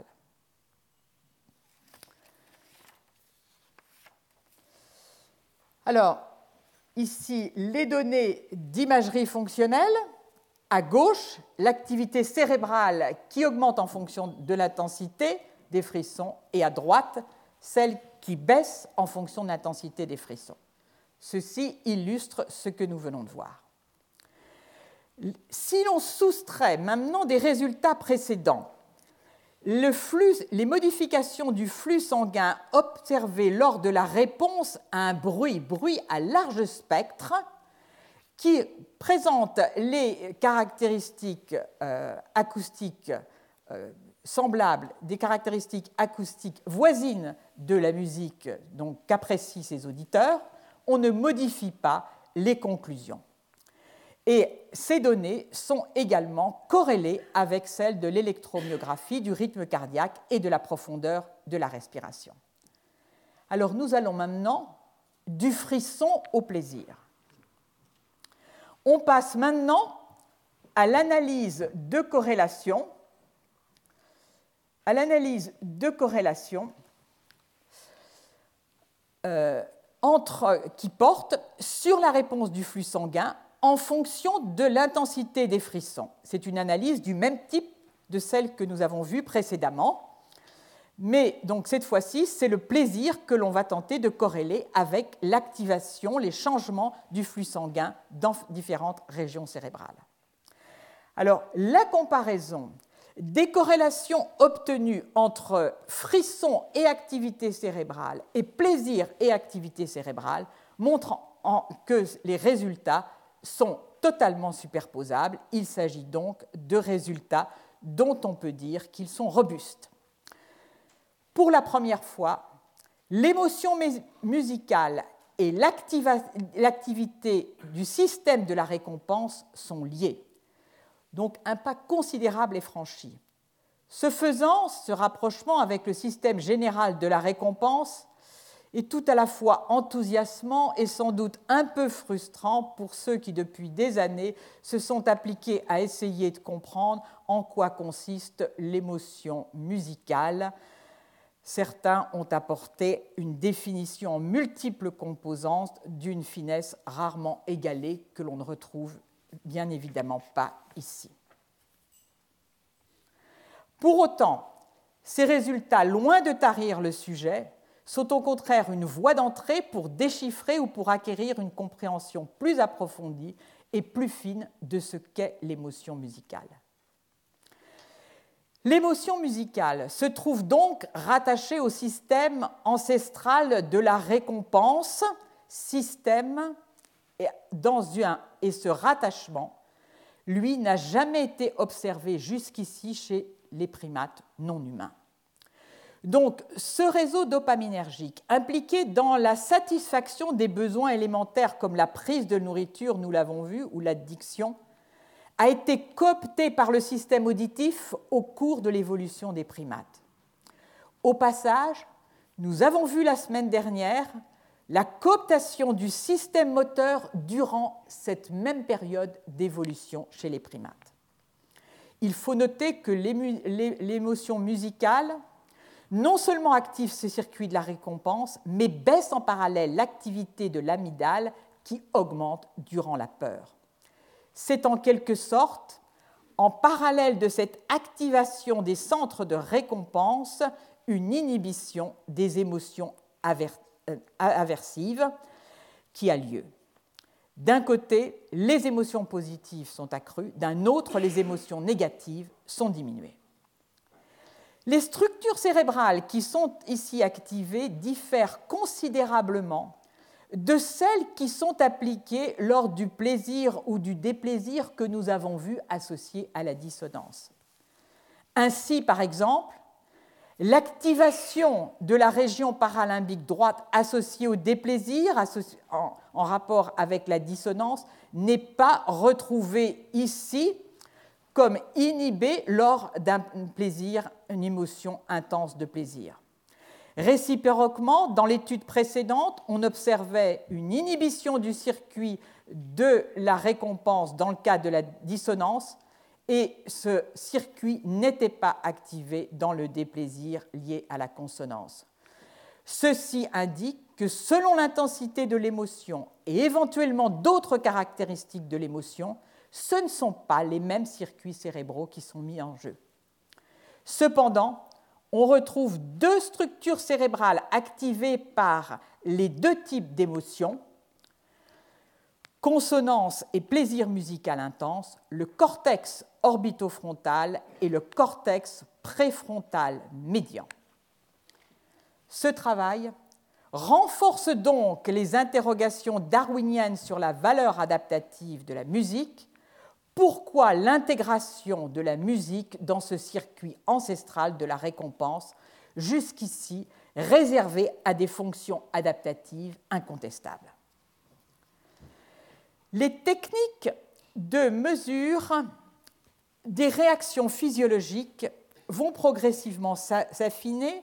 Speaker 1: Alors, ici, les données d'imagerie fonctionnelle. À gauche, l'activité cérébrale qui augmente en fonction de l'intensité des frissons, et à droite, celle qui baisse en fonction de l'intensité des frissons. Ceci illustre ce que nous venons de voir. Si l'on soustrait maintenant des résultats précédents, les modifications du flux sanguin observées lors de la réponse à un bruit à large spectre, qui présente les caractéristiques acoustiques semblables, des caractéristiques acoustiques voisines de la musique qu'apprécient ses auditeurs, on ne modifie pas les conclusions. Et ces données sont également corrélées avec celles de l'électromyographie, du rythme cardiaque et de la profondeur de la respiration. Alors nous allons maintenant du frisson au plaisir. On passe maintenant à l'analyse de corrélation, qui porte sur la réponse du flux sanguin en fonction de l'intensité des frissons. C'est une analyse du même type de celle que nous avons vue précédemment, mais donc cette fois-ci, c'est le plaisir que l'on va tenter de corréler avec l'activation, les changements du flux sanguin dans différentes régions cérébrales. Alors, la comparaison des corrélations obtenues entre frisson et activité cérébrale et plaisir et activité cérébrale montre que les résultats sont totalement superposables. Il s'agit donc de résultats dont on peut dire qu'ils sont robustes. Pour la première fois, l'émotion musicale et l'activité du système de la récompense sont liées. Donc un pas considérable est franchi. Ce faisant, ce rapprochement avec le système général de la récompense est tout à la fois enthousiasmant et sans doute un peu frustrant pour ceux qui, depuis des années, se sont appliqués à essayer de comprendre en quoi consiste l'émotion musicale. Certains ont apporté une définition en multiples composantes d'une finesse rarement égalée que l'on ne retrouve bien évidemment pas ici. Pour autant, ces résultats, loin de tarir le sujet, sont au contraire une voie d'entrée pour déchiffrer ou pour acquérir une compréhension plus approfondie et plus fine de ce qu'est l'émotion musicale. L'émotion musicale se trouve donc rattachée au système ancestral de la récompense, et ce rattachement, lui, n'a jamais été observé jusqu'ici chez les primates non humains. Donc, ce réseau dopaminergique impliqué dans la satisfaction des besoins élémentaires comme la prise de nourriture, nous l'avons vu, ou l'addiction, a été coopté par le système auditif au cours de l'évolution des primates. Au passage, nous avons vu la semaine dernière la cooptation du système moteur durant cette même période d'évolution chez les primates. Il faut noter que l'émotion musicale non seulement active ce circuit de la récompense, mais baisse en parallèle l'activité de l'amygdale qui augmente durant la peur. C'est en quelque sorte, en parallèle de cette activation des centres de récompense, une inhibition des émotions aversives qui a lieu. D'un côté, les émotions positives sont accrues, d'un autre, les émotions négatives sont diminuées. Les structures cérébrales qui sont ici activées diffèrent considérablement de celles qui sont appliquées lors du plaisir ou du déplaisir que nous avons vu associés à la dissonance. Ainsi, par exemple, l'activation de la région paralimbique droite associée au déplaisir, en rapport avec la dissonance, n'est pas retrouvée ici comme inhibée lors d'un plaisir, une émotion intense de plaisir. Réciproquement, dans l'étude précédente, on observait une inhibition du circuit de la récompense dans le cas de la dissonance, et ce circuit n'était pas activé dans le déplaisir lié à la consonance. Ceci indique que selon l'intensité de l'émotion et éventuellement d'autres caractéristiques de l'émotion, ce ne sont pas les mêmes circuits cérébraux qui sont mis en jeu. Cependant, on retrouve deux structures cérébrales activées par les deux types d'émotions, consonance et plaisir musical intense, le cortex orbitofrontal et le cortex préfrontal médian. Ce travail renforce donc les interrogations darwiniennes sur la valeur adaptative de la musique. Pourquoi l'intégration de la musique dans ce circuit ancestral de la récompense, jusqu'ici réservé à des fonctions adaptatives incontestables? Les techniques de mesure des réactions physiologiques vont progressivement s'affiner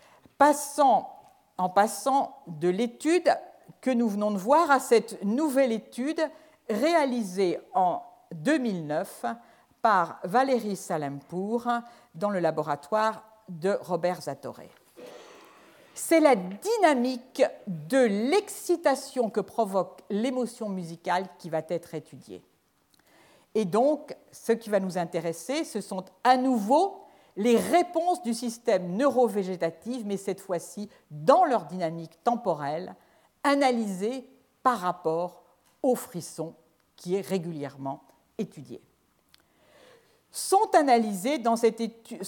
Speaker 1: en passant de l'étude que nous venons de voir à cette nouvelle étude réalisée en 2009 par Valérie Salempour dans le laboratoire de Robert Zatorre. C'est la dynamique de l'excitation que provoque l'émotion musicale qui va être étudiée. Et donc, ce qui va nous intéresser, ce sont à nouveau les réponses du système neurovégétatif, mais cette fois-ci dans leur dynamique temporelle, analysées par rapport au frisson qui est régulièrement étudié. Sont intégrés dans cette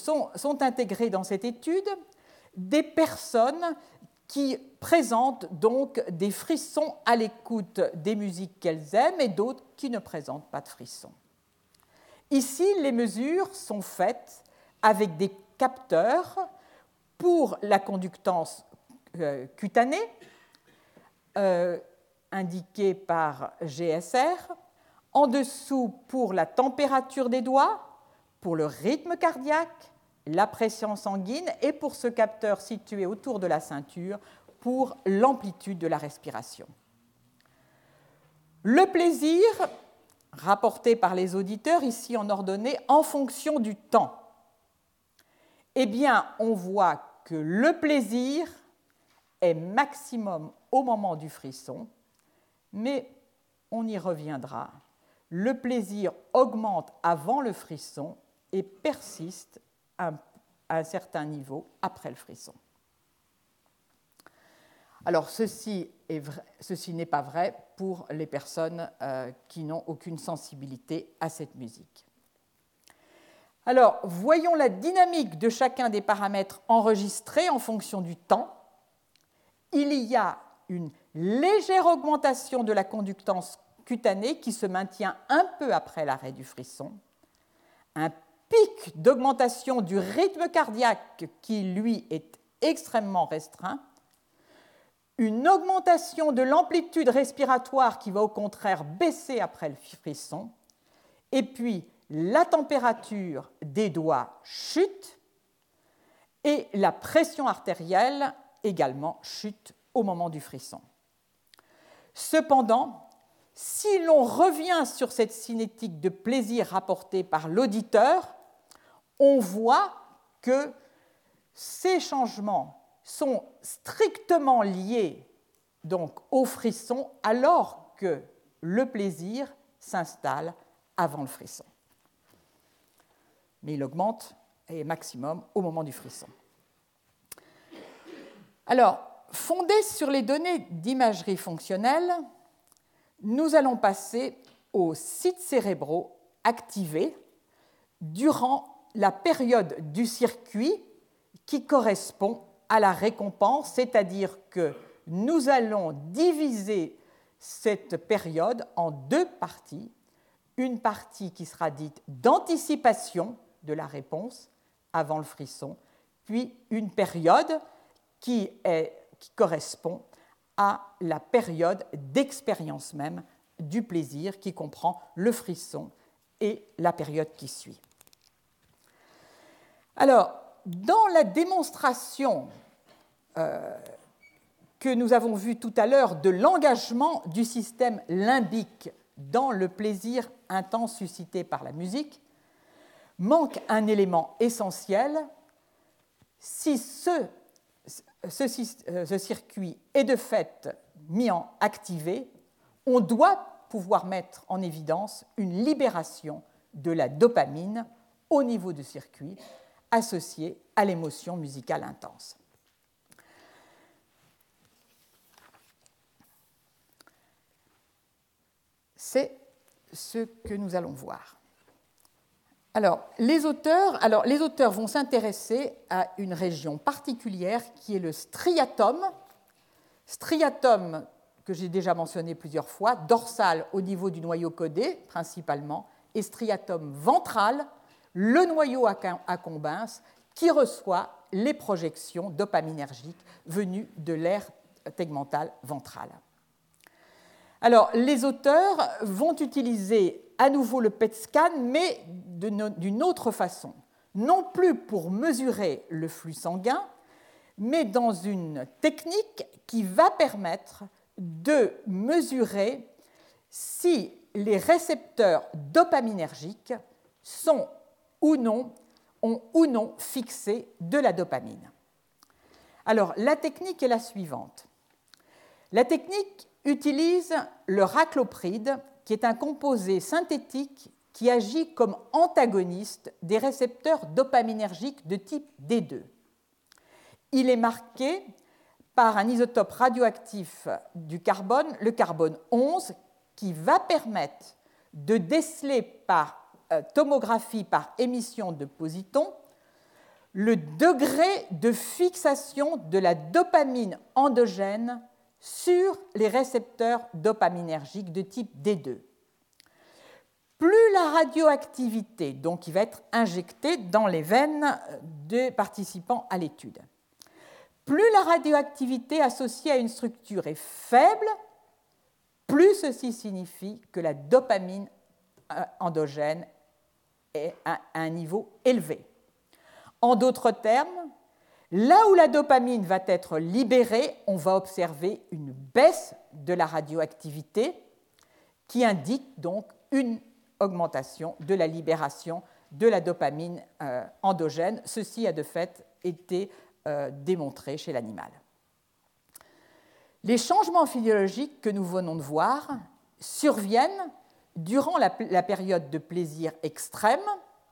Speaker 1: étude des personnes qui présentent donc des frissons à l'écoute des musiques qu'elles aiment et d'autres qui ne présentent pas de frissons. Ici, les mesures sont faites avec des capteurs pour la conductance cutanée, indiquée par GSR, en dessous pour la température des doigts, pour le rythme cardiaque, la pression sanguine et pour ce capteur situé autour de la ceinture pour l'amplitude de la respiration. Le plaisir, rapporté par les auditeurs, ici en ordonnée, en fonction du temps. Eh bien, on voit que le plaisir est maximum au moment du frisson, mais on y reviendra. Le plaisir augmente avant le frisson et persiste à un certain niveau après le frisson. Alors, ceci n'est pas vrai pour les personnes qui n'ont aucune sensibilité à cette musique. Alors, voyons la dynamique de chacun des paramètres enregistrés en fonction du temps. Il y a une légère augmentation de la conductance cutanée qui se maintient un peu après l'arrêt du frisson, un pic d'augmentation du rythme cardiaque qui, lui, est extrêmement restreint, une augmentation de l'amplitude respiratoire qui va au contraire baisser après le frisson, et puis la température des doigts chute et la pression artérielle également chute au moment du frisson. Cependant, si l'on revient sur cette cinétique de plaisir rapportée par l'auditeur, on voit que ces changements sont strictement liés donc au frisson, alors que le plaisir s'installe avant le frisson. Mais il augmente et maximum au moment du frisson. Alors, fondé sur les données d'imagerie fonctionnelle, nous allons passer aux sites cérébraux activés durant la période du circuit qui correspond à la récompense, c'est-à-dire que nous allons diviser cette période en deux parties. Une partie qui sera dite d'anticipation de la réponse avant le frisson, puis une période qui correspond à la période d'expérience même du plaisir qui comprend le frisson et la période qui suit. Alors, dans la démonstration que nous avons vue tout à l'heure de l'engagement du système limbique dans le plaisir intense suscité par la musique, manque un élément essentiel. Si ce circuit est de fait activé, on doit pouvoir mettre en évidence une libération de la dopamine au niveau du circuit associée à l'émotion musicale intense. C'est ce que nous allons voir. Alors, les auteurs vont s'intéresser à une région particulière qui est le striatum. Striatum, que j'ai déjà mentionné plusieurs fois, dorsal au niveau du noyau codé principalement, et striatum ventral, le noyau accumbens, qui reçoit les projections dopaminergiques venues de l'aire tegmentale ventrale. Alors, les auteurs vont utiliser à nouveau le PET scan, mais d'une autre façon. Non plus pour mesurer le flux sanguin, mais dans une technique qui va permettre de mesurer si les récepteurs dopaminergiques ont ou non fixé de la dopamine. Alors, la technique est la suivante. La technique utilise le raclopride, qui est un composé synthétique qui agit comme antagoniste des récepteurs dopaminergiques de type D2. Il est marqué par un isotope radioactif du carbone, le carbone 11, qui va permettre de déceler par tomographie par émission de positons le degré de fixation de la dopamine endogène sur les récepteurs dopaminergiques de type D2. Plus la radioactivité, donc qui va être injectée dans les veines des participants à l'étude, plus la radioactivité associée à une structure est faible, plus ceci signifie que la dopamine endogène est à un niveau élevé. En d'autres termes, là où la dopamine va être libérée, on va observer une baisse de la radioactivité qui indique donc une augmentation de la libération de la dopamine endogène. Ceci a de fait été démontré chez l'animal. Les changements physiologiques que nous venons de voir surviennent durant la période de plaisir extrême,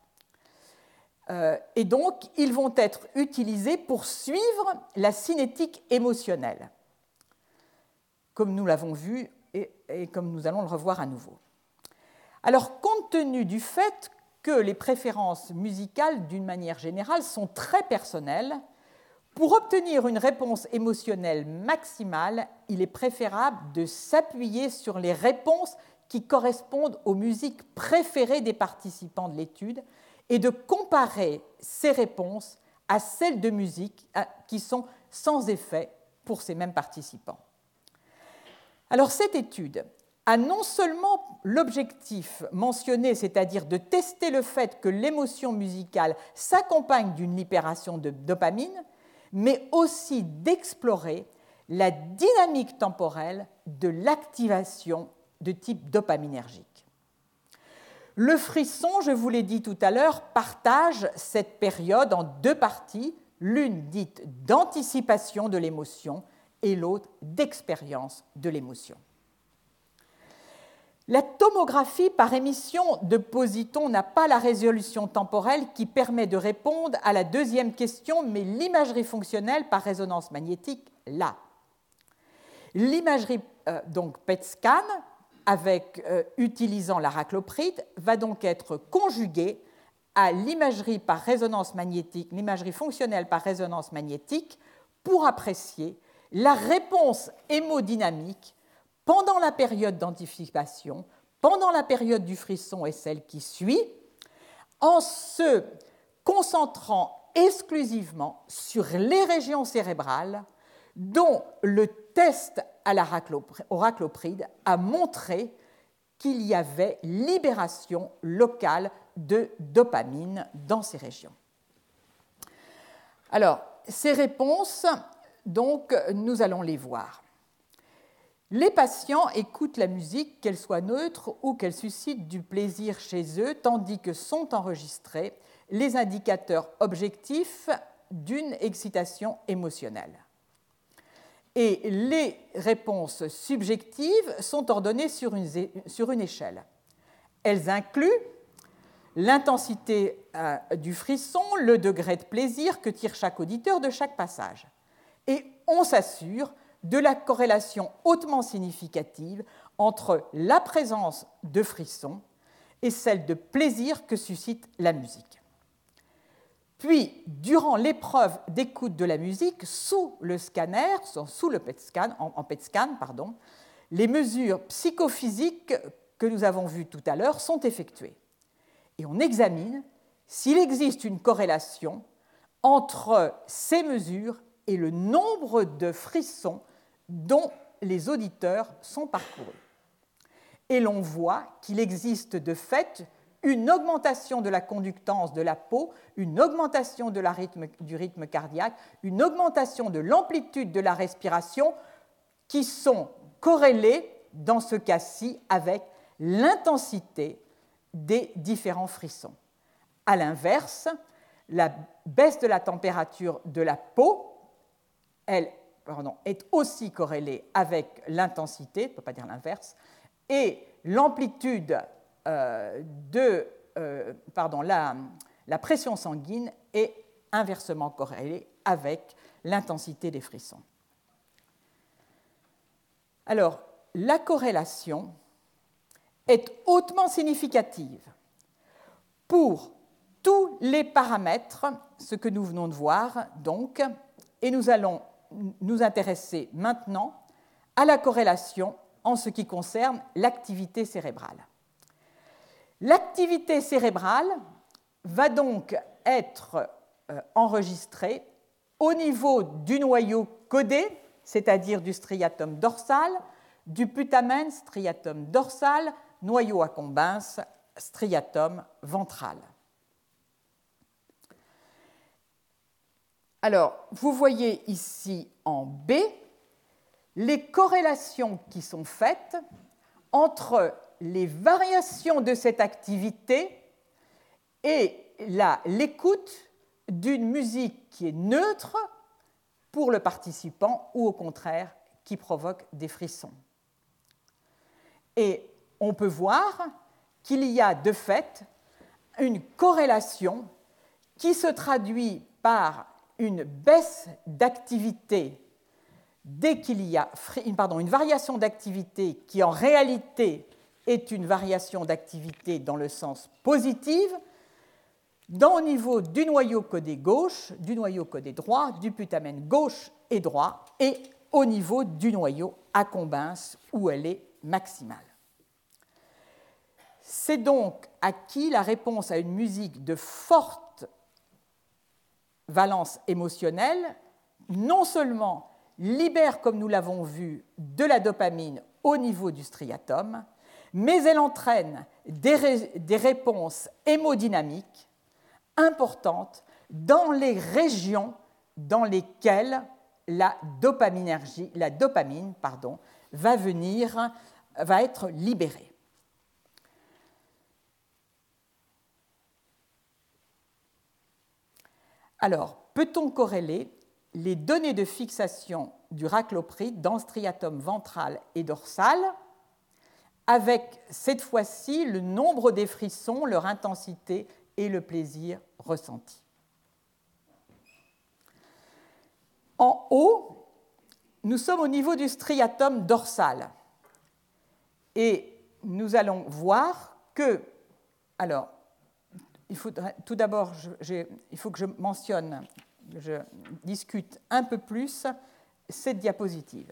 Speaker 1: et donc ils vont être utilisés pour suivre la cinétique émotionnelle, comme nous l'avons vu et comme nous allons le revoir à nouveau. Alors, compte tenu du fait que les préférences musicales, d'une manière générale, sont très personnelles, pour obtenir une réponse émotionnelle maximale, il est préférable de s'appuyer sur les réponses qui correspondent aux musiques préférées des participants de l'étude et de comparer ces réponses à celles de musique qui sont sans effet pour ces mêmes participants. Alors, cette étude a non seulement l'objectif mentionné, c'est-à-dire de tester le fait que l'émotion musicale s'accompagne d'une libération de dopamine, mais aussi d'explorer la dynamique temporelle de l'activation de type dopaminergique. Le frisson, je vous l'ai dit tout à l'heure, partage cette période en deux parties, l'une dite d'anticipation de l'émotion et l'autre d'expérience de l'émotion. La tomographie par émission de positons n'a pas la résolution temporelle qui permet de répondre à la deuxième question, mais l'imagerie fonctionnelle par résonance magnétique l'a. L'imagerie donc PET-scan, utilisant l'araclopride, va donc être conjuguée à l'imagerie par résonance magnétique, l'imagerie fonctionnelle par résonance magnétique, pour apprécier la réponse hémodynamique pendant la période d'anticipation, pendant la période du frisson et celle qui suit, en se concentrant exclusivement sur les régions cérébrales dont le test au raclopride a montré qu'il y avait libération locale de dopamine dans ces régions. Alors, ces réponses, donc, nous allons les voir. Les patients écoutent la musique, qu'elle soit neutre ou qu'elle suscite du plaisir chez eux, tandis que sont enregistrés les indicateurs objectifs d'une excitation émotionnelle. Et les réponses subjectives sont ordonnées sur une échelle. Elles incluent l'intensité du frisson, le degré de plaisir que tire chaque auditeur de chaque passage. Et on s'assure de la corrélation hautement significative entre la présence de frissons et celle de plaisir que suscite la musique. Puis, durant l'épreuve d'écoute de la musique, sous le scanner, sous le PET-scan, en PET-scan, les mesures psychophysiques que nous avons vues tout à l'heure sont effectuées. Et on examine s'il existe une corrélation entre ces mesures et le nombre de frissons dont les auditeurs sont parcourus. Et l'on voit qu'il existe de fait une augmentation de la conductance de la peau, une augmentation du rythme cardiaque, une augmentation de l'amplitude de la respiration qui sont corrélées, dans ce cas-ci, avec l'intensité des différents frissons. À l'inverse, la baisse de la température de la peau, elle, est aussi corrélée avec l'intensité, on ne peut pas dire l'inverse, et l'amplitude la pression sanguine est inversement corrélée avec l'intensité des frissons. Alors, la corrélation est hautement significative pour tous les paramètres, ce que nous venons de voir donc, et nous allons nous intéresser maintenant à la corrélation en ce qui concerne l'activité cérébrale. L'activité cérébrale va donc être enregistrée au niveau du noyau codé, c'est-à-dire du striatum dorsal, du putamen, striatum dorsal, noyau accumbens, striatum ventral. Alors, vous voyez ici en B les corrélations qui sont faites entre les variations de cette activité et l'écoute d'une musique qui est neutre pour le participant ou au contraire qui provoque des frissons. Et on peut voir qu'il y a de fait une corrélation qui se traduit par une baisse d'activité dès qu'il y a une variation d'activité qui en réalité est une variation d'activité dans le sens positif, au niveau du noyau codé gauche, du noyau codé droit, du putamen gauche et droit, et au niveau du noyau accumbens où elle est maximale. C'est donc acquis la réponse à une musique de forte valence émotionnelle, non seulement libère, comme nous l'avons vu, de la dopamine au niveau du striatum, mais elle entraîne des réponses hémodynamiques importantes dans les régions dans lesquelles la dopamine va être libérée. Alors, peut-on corréler les données de fixation du raclopride dans le striatum ventral et dorsal avec, cette fois-ci, le nombre des frissons, leur intensité et le plaisir ressenti? En haut, nous sommes au niveau du striatum dorsal et nous allons voir que, alors, tout d'abord, il faut que je mentionne, je discute un peu plus cette diapositive.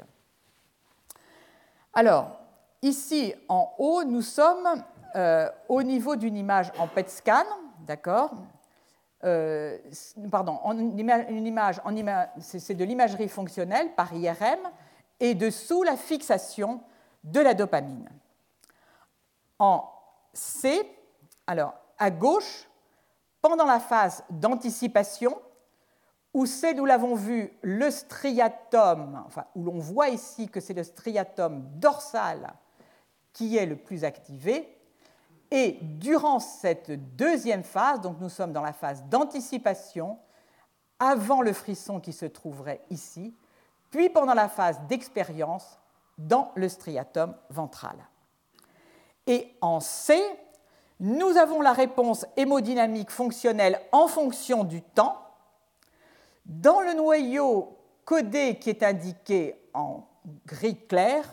Speaker 1: Alors, ici, en haut, nous sommes au niveau d'une image en PET scan, d'accord, pardon, c'est de l'imagerie fonctionnelle par IRM, et dessous la fixation de la dopamine. En C, alors à gauche, pendant la phase d'anticipation, où c'est, nous l'avons vu, le striatum, enfin, où l'on voit ici que c'est le striatum dorsal qui est le plus activé, et durant cette deuxième phase, donc nous sommes dans la phase d'anticipation, avant le frisson qui se trouverait ici, puis pendant la phase d'expérience dans le striatum ventral. Et en C, nous avons la réponse hémodynamique fonctionnelle en fonction du temps. Dans le noyau codé qui est indiqué en gris clair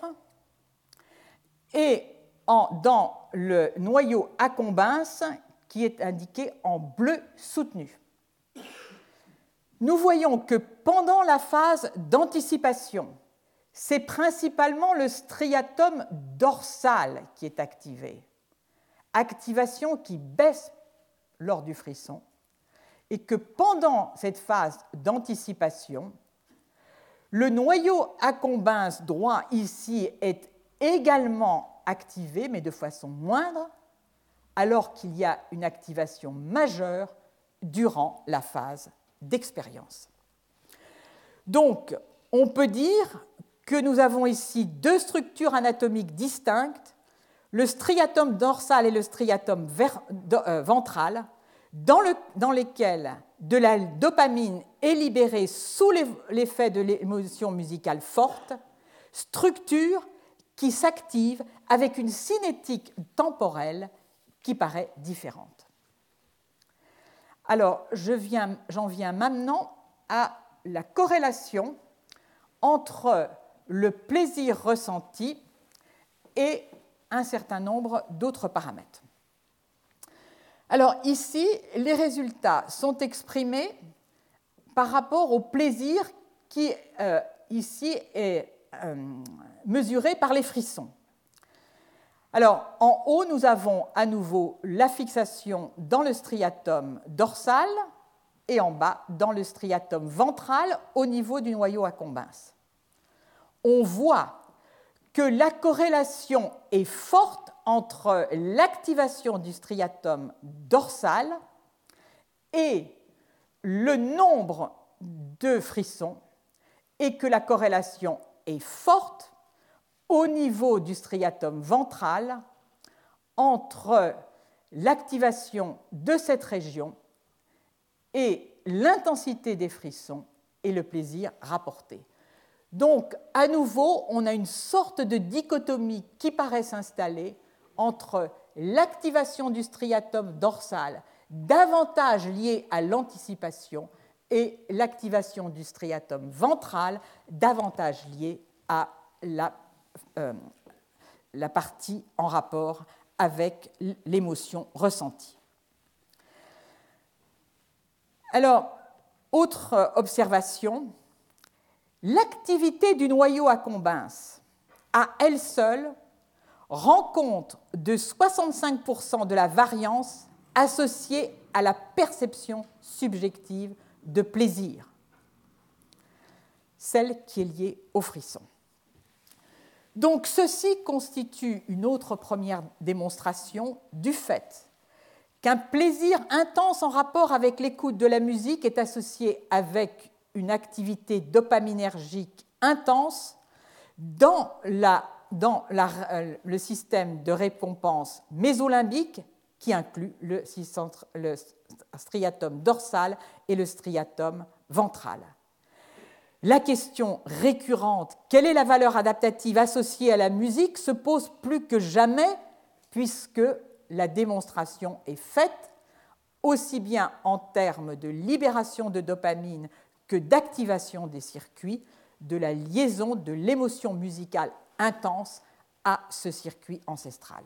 Speaker 1: et dans le noyau accumbens qui est indiqué en bleu soutenu. Nous voyons que pendant la phase d'anticipation, c'est principalement le striatum dorsal qui est activé. Activation qui baisse lors du frisson, et que pendant cette phase d'anticipation, le noyau accumbens droit ici est également activé, mais de façon moindre, alors qu'il y a une activation majeure durant la phase d'expérience. Donc, on peut dire que nous avons ici deux structures anatomiques distinctes, le striatum dorsal et le striatum ventral, dans lesquels de la dopamine est libérée sous l'effet de l'émotion musicale forte, structure qui s'active avec une cinétique temporelle qui paraît différente. Alors, j'en viens maintenant à la corrélation entre le plaisir ressenti et un certain nombre d'autres paramètres. Alors ici, les résultats sont exprimés par rapport au plaisir qui, ici, est mesuré par les frissons. Alors, en haut, nous avons à nouveau la fixation dans le striatum dorsal et en bas, dans le striatum ventral, au niveau du noyau accumbens. On voit que la corrélation est forte entre l'activation du striatum dorsal et le nombre de frissons, et que la corrélation est forte au niveau du striatum ventral entre l'activation de cette région et l'intensité des frissons et le plaisir rapporté. Donc, à nouveau, on a une sorte de dichotomie qui paraît s'installer entre l'activation du striatum dorsal, davantage liée à l'anticipation, et l'activation du striatum ventral, davantage liée à la partie en rapport avec l'émotion ressentie. Alors, autre observation, l'activité du noyau accumbens, à elle seule, rend compte de 65% de la variance associée à la perception subjective de plaisir, celle qui est liée au frisson. Donc ceci constitue une autre première démonstration du fait qu'un plaisir intense en rapport avec l'écoute de la musique est associé avec une activité dopaminergique intense dans le système de récompense mésolimbique qui inclut le striatum dorsal et le striatum ventral. La question récurrente, quelle est la valeur adaptative associée à la musique, se pose plus que jamais puisque la démonstration est faite, aussi bien en termes de libération de dopamine que d'activation des circuits, de la liaison de l'émotion musicale intense à ce circuit ancestral.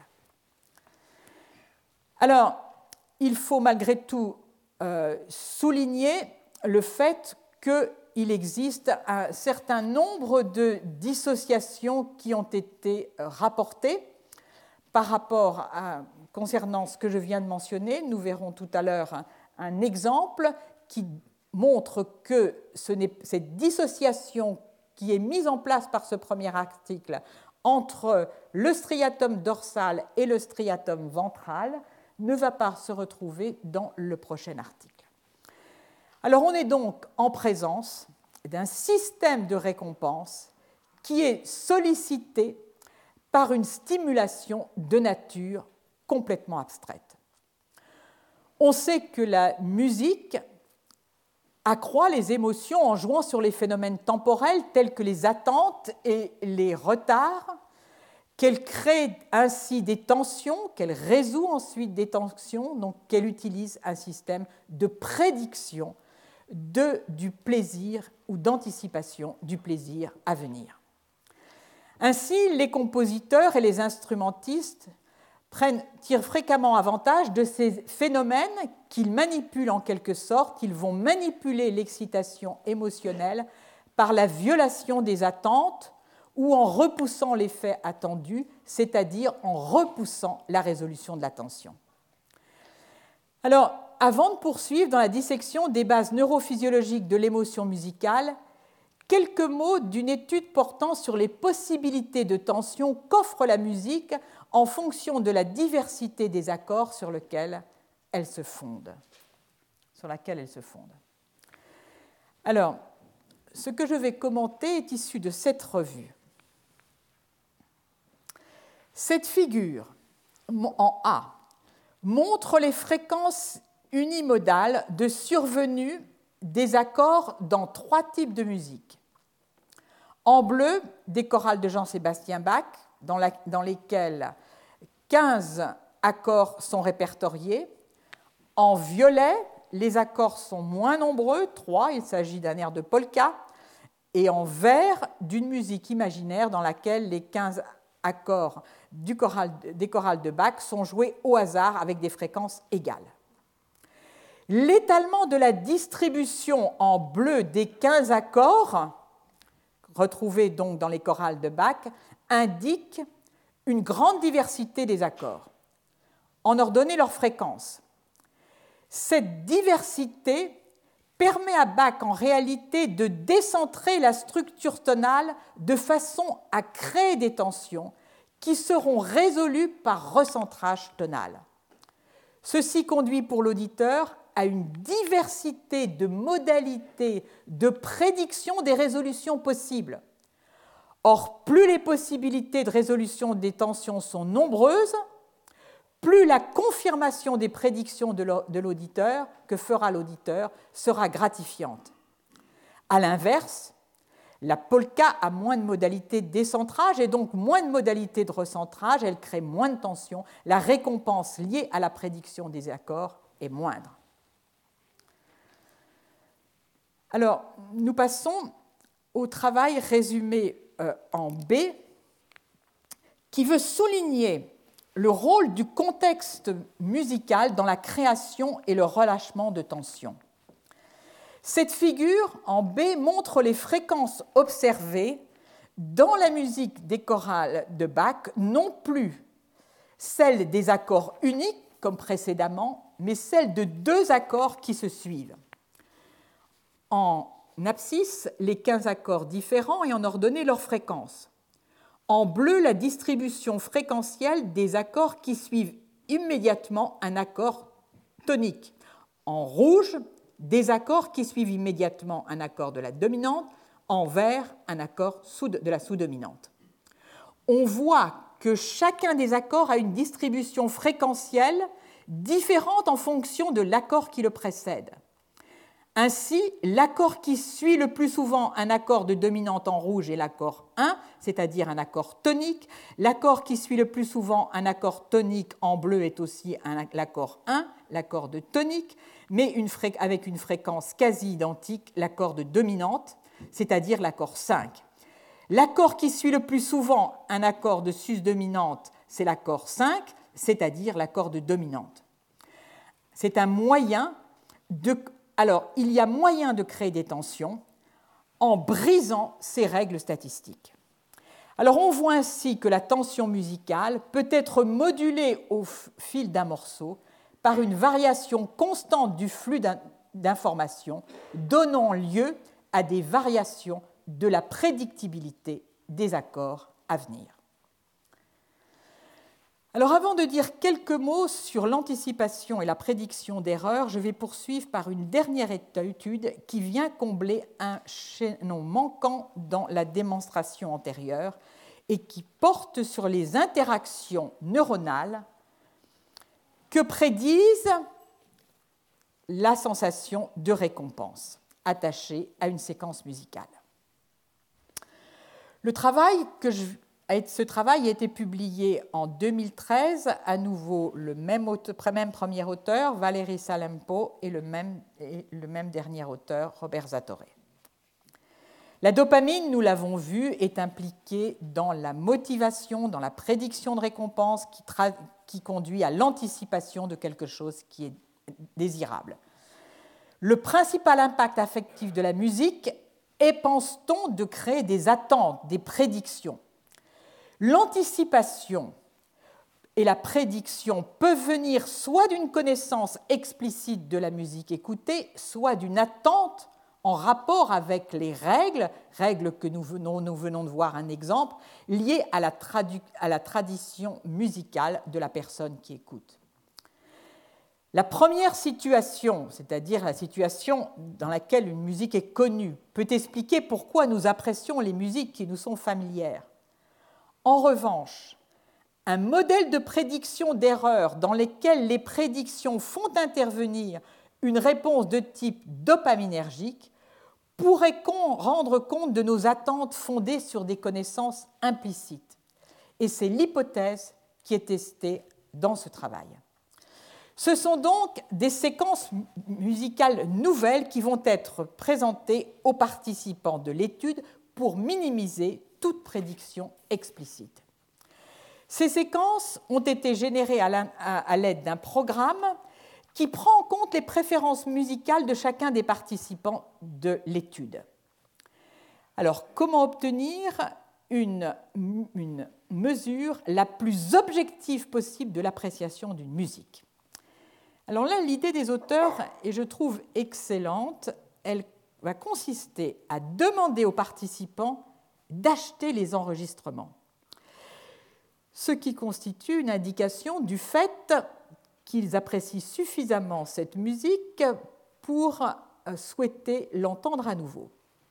Speaker 1: Alors, il faut malgré tout souligner le fait qu'il existe un certain nombre de dissociations qui ont été rapportées par rapport concernant ce que je viens de mentionner. Nous verrons tout à l'heure un exemple qui montre que cette dissociation qui est mise en place par ce premier article entre le striatum dorsal et le striatum ventral ne va pas se retrouver dans le prochain article. Alors on est donc en présence d'un système de récompense qui est sollicité par une stimulation de nature complètement abstraite. On sait que la musique accroît les émotions en jouant sur les phénomènes temporels tels que les attentes et les retards, qu'elle crée ainsi des tensions, qu'elle résout ensuite des tensions, donc qu'elle utilise un système de prédiction du plaisir ou d'anticipation du plaisir à venir. Ainsi, les compositeurs et les instrumentistes tirent fréquemment avantage de ces phénomènes qu'ils manipulent en quelque sorte. Ils vont manipuler l'excitation émotionnelle par la violation des attentes ou en repoussant l'effet attendu, c'est-à-dire en repoussant la résolution de la tension. Alors, avant de poursuivre dans la dissection des bases neurophysiologiques de l'émotion musicale, quelques mots d'une étude portant sur les possibilités de tension qu'offre la musique en fonction de la diversité des accords sur laquelle elle se fonde. Alors, ce que je vais commenter est issu de cette revue. Cette figure, en A, montre les fréquences unimodales de survenue des accords dans 3 types de musique. En bleu, des chorales de Jean-Sébastien Bach, dans lesquelles 15 accords sont répertoriés. En violet, les accords sont moins nombreux, 3, il s'agit d'un air de polka. Et en vert, d'une musique imaginaire dans laquelle les 15 accords des chorales de Bach sont joués au hasard avec des fréquences égales. L'étalement de la distribution en bleu des 15 accords, retrouvés donc dans les chorales de Bach, indique une grande diversité des accords. En ordonner leur fréquence. Cette diversité permet à Bach en réalité de décentrer la structure tonale de façon à créer des tensions qui seront résolues par recentrage tonal. Ceci conduit pour l'auditeur à une diversité de modalités de prédiction des résolutions possibles. Or, plus les possibilités de résolution des tensions sont nombreuses, plus la confirmation des prédictions de l'auditeur, que fera l'auditeur, sera gratifiante. À l'inverse, la polka a moins de modalités de décentrage et donc moins de modalités de recentrage, elle crée moins de tension, la récompense liée à la prédiction des accords est moindre. Alors, nous passons au travail résumé en B, qui veut souligner le rôle du contexte musical dans la création et le relâchement de tension. Cette figure en B montre les fréquences observées dans la musique des chorales de Bach, non plus celles des accords uniques comme précédemment, mais celles de 2 accords qui se suivent. En abscisse, les 15 accords différents et en ordonnée leur fréquence. En bleu, la distribution fréquentielle des accords qui suivent immédiatement un accord tonique. En rouge, des accords qui suivent immédiatement un accord de la dominante. En vert, un accord de la sous-dominante. On voit que chacun des accords a une distribution fréquentielle différente en fonction de l'accord qui le précède. Ainsi, l'accord qui suit le plus souvent un accord de dominante en rouge est l'accord 1, c'est-à-dire un accord tonique. L'accord qui suit le plus souvent un accord tonique en bleu est aussi l'accord 1, l'accord de tonique, mais avec une fréquence quasi identique, l'accord de dominante, c'est-à-dire l'accord 5. L'accord qui suit le plus souvent un accord de sus-dominante, c'est l'accord 5, c'est-à-dire l'accord de dominante. C'est un moyen de... Alors, il y a moyen de créer des tensions en brisant ces règles statistiques. Alors, on voit ainsi que la tension musicale peut être modulée au fil d'un morceau par une variation constante du flux d'informations, donnant lieu à des variations de la prédictibilité des accords à venir. Alors, avant de dire quelques mots sur l'anticipation et la prédiction d'erreurs, je vais poursuivre par une dernière étude qui vient combler un chaînon manquant dans la démonstration antérieure et qui porte sur les interactions neuronales que prédisent la sensation de récompense attachée à une séquence musicale. Ce travail a été publié en 2013, à nouveau le même premier auteur, Valérie Salempo, et le même dernier auteur, Robert Zatorre. La dopamine, nous l'avons vu, est impliquée dans la motivation, dans la prédiction de récompense qui conduit à l'anticipation de quelque chose qui est désirable. Le principal impact affectif de la musique est, pense-t-on, de créer des attentes, des prédictions. L'anticipation et la prédiction peuvent venir soit d'une connaissance explicite de la musique écoutée, soit d'une attente en rapport avec les règles que nous venons de voir un exemple, liées à la tradition musicale de la personne qui écoute. La première situation, c'est-à-dire la situation dans laquelle une musique est connue, peut expliquer pourquoi nous apprécions les musiques qui nous sont familières. En revanche, un modèle de prédiction d'erreur dans lequel les prédictions font intervenir une réponse de type dopaminergique pourrait rendre compte de nos attentes fondées sur des connaissances implicites. Et c'est l'hypothèse qui est testée dans ce travail. Ce sont donc des séquences musicales nouvelles qui vont être présentées aux participants de l'étude pour minimiser toute prédiction explicite. Ces séquences ont été générées à l'aide d'un programme qui prend en compte les préférences musicales de chacun des participants de l'étude. Alors, comment obtenir une mesure la plus objective possible de l'appréciation d'une musique? Alors là, l'idée des auteurs, et je trouve excellente, elle va consister à demander aux participants d'acheter les enregistrements, ce qui constitue une indication du fait qu'ils apprécient suffisamment cette musique pour souhaiter l'entendre à nouveau.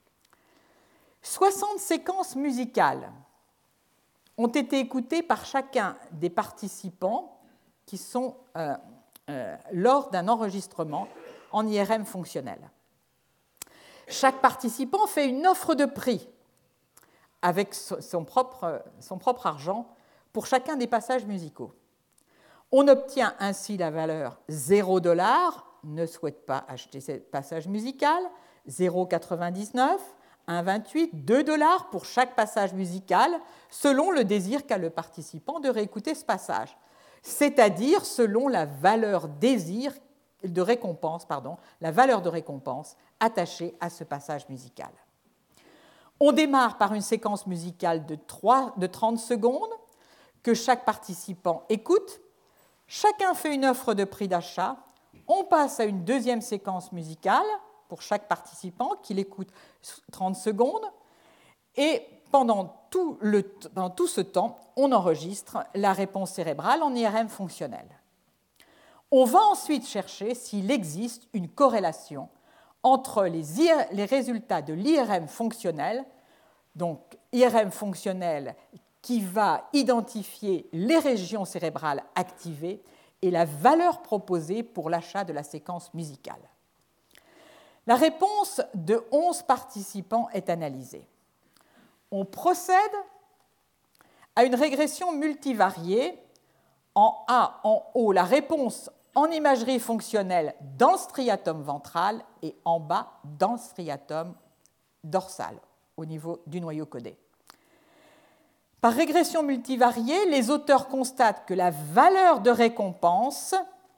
Speaker 1: 60 séquences musicales ont été écoutées par chacun des participants qui sont lors d'un enregistrement en IRM fonctionnel. Chaque participant fait une offre de prix avec son propre argent pour chacun des passages musicaux. On obtient ainsi la valeur 0 $, ne souhaite pas acheter ce passage musical, 0,99, 1,28, 2 $ pour chaque passage musical, selon le désir qu'a le participant de réécouter ce passage, c'est-à-dire selon la valeur de récompense attachée à ce passage musical. On démarre par une séquence musicale de 30 secondes que chaque participant écoute. Chacun fait une offre de prix d'achat. On passe à une deuxième séquence musicale pour chaque participant qui l'écoute 30 secondes. Et pendant tout ce temps, on enregistre la réponse cérébrale en IRM fonctionnel. On va ensuite chercher s'il existe une corrélation entre les résultats de l'IRM fonctionnel, donc IRM fonctionnel qui va identifier les régions cérébrales activées et la valeur proposée pour l'achat de la séquence musicale. La réponse de 11 participants est analysée. On procède à une régression multivariée. En A, en haut, la réponse en imagerie fonctionnelle dans le striatum ventral et en bas dans le striatum dorsal, au niveau du noyau codé. Par régression multivariée, les auteurs constatent que la valeur de récompense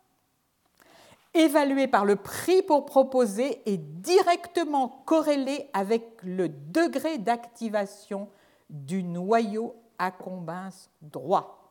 Speaker 1: évaluée par le prix pour proposer est directement corrélée avec le degré d'activation du noyau accumbens droit.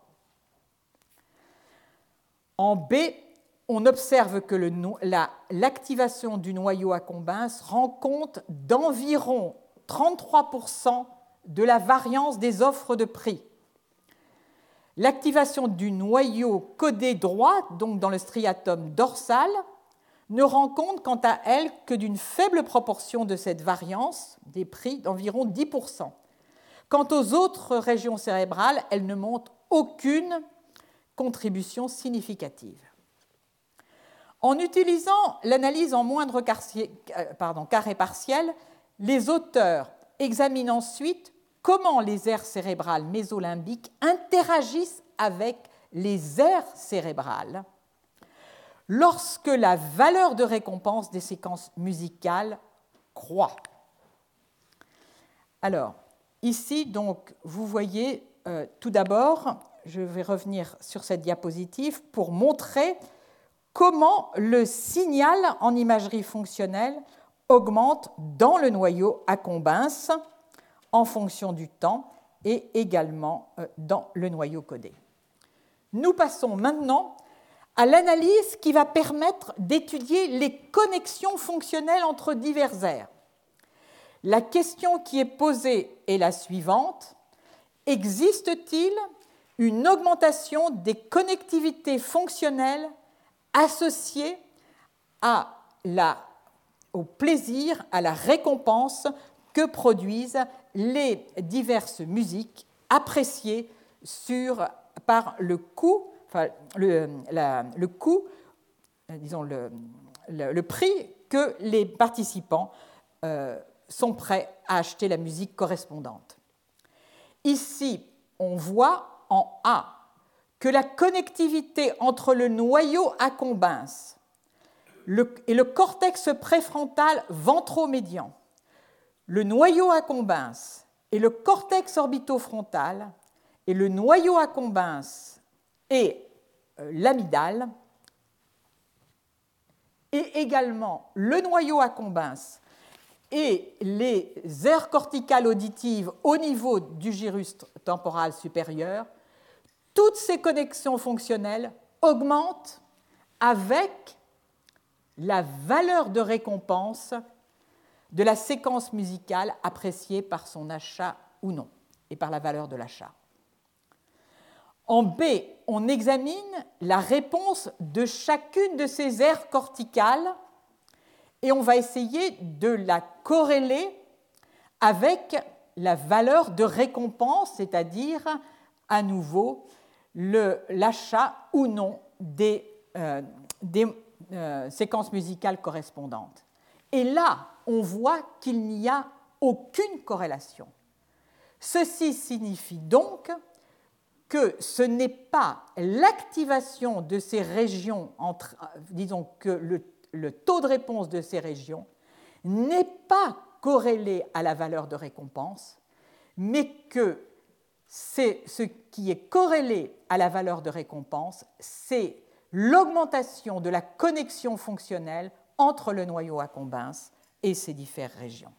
Speaker 1: En B, on observe que l'activation du noyau accumbens rend compte d'environ 33% de la variance des offres de prix. L'activation du noyau codé droit, donc dans le striatum dorsal, ne rend compte quant à elle que d'une faible proportion de cette variance des prix, d'environ 10%. Quant aux autres régions cérébrales, elles ne montrent aucune contribution significative. En utilisant l'analyse en moindre carré partiel, les auteurs examinent ensuite comment les aires cérébrales mésolimbiques interagissent avec les aires cérébrales lorsque la valeur de récompense des séquences musicales croît. Alors, ici, donc, vous voyez tout d'abord, je vais revenir sur cette diapositive pour montrer comment le signal en imagerie fonctionnelle augmente dans le noyau accumbens en fonction du temps et également dans le noyau codé. Nous passons maintenant à l'analyse qui va permettre d'étudier les connexions fonctionnelles entre divers aires. La question qui est posée est la suivante. Existe-t-il une augmentation des connectivités fonctionnelles associées au plaisir, à la récompense que produisent les diverses musiques appréciées par le coût, le prix que les participants sont prêts à acheter la musique correspondante. Ici, on voit en A que la connectivité entre le noyau accumbens et le cortex préfrontal ventromédian, le noyau accumbens et le cortex orbitofrontal et le noyau accumbens et l'amygdale et également le noyau accumbens et les aires corticales auditives au niveau du gyrus temporal supérieur, toutes ces connexions fonctionnelles augmentent avec la valeur de récompense de la séquence musicale appréciée par son achat ou non, et par la valeur de l'achat. En B, on examine la réponse de chacune de ces aires corticales et on va essayer de la corréler avec la valeur de récompense, c'est-à-dire à nouveau l'achat ou non des séquences musicales correspondantes. Et là, on voit qu'il n'y a aucune corrélation. Ceci signifie donc que ce n'est pas l'activation de ces régions, disons que le taux de réponse de ces régions n'est pas corrélé à la valeur de récompense, mais que c'est ce qui est corrélé à la valeur de récompense, c'est l'augmentation de la connexion fonctionnelle entre le noyau accumbens et ces différentes régions.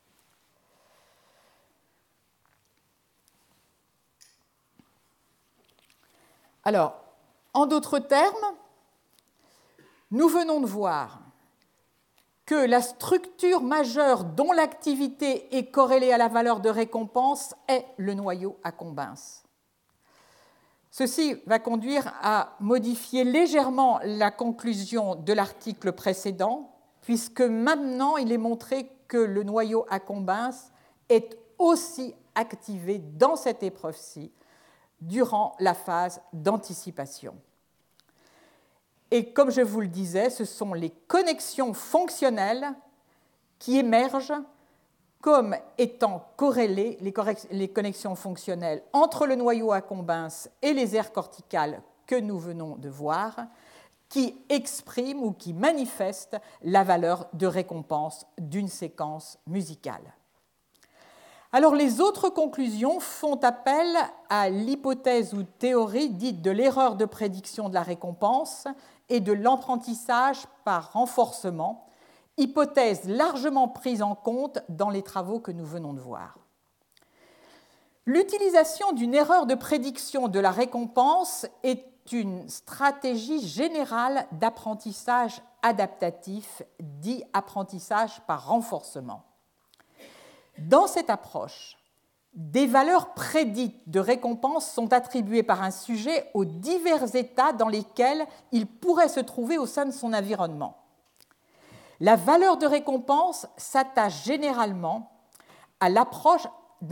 Speaker 1: Alors, en d'autres termes, nous venons de voir que la structure majeure dont l'activité est corrélée à la valeur de récompense est le noyau accumbens. Ceci va conduire à modifier légèrement la conclusion de l'article précédent, puisque maintenant il est montré que le noyau accumbens est aussi activé dans cette épreuve-ci durant la phase d'anticipation. Et comme je vous le disais, ce sont les connexions fonctionnelles qui émergent comme étant corrélées, les connexions fonctionnelles entre le noyau accumbens et les aires corticales que nous venons de voir, qui expriment ou qui manifestent la valeur de récompense d'une séquence musicale. Alors, les autres conclusions font appel à l'hypothèse ou théorie dite de l'erreur de prédiction de la récompense et de l'apprentissage par renforcement, hypothèse largement prise en compte dans les travaux que nous venons de voir. L'utilisation d'une erreur de prédiction de la récompense est une stratégie générale d'apprentissage adaptatif, dit apprentissage par renforcement. Dans cette approche, des valeurs prédites de récompense sont attribuées par un sujet aux divers états dans lesquels il pourrait se trouver au sein de son environnement. La valeur de récompense s'attache généralement à l'approche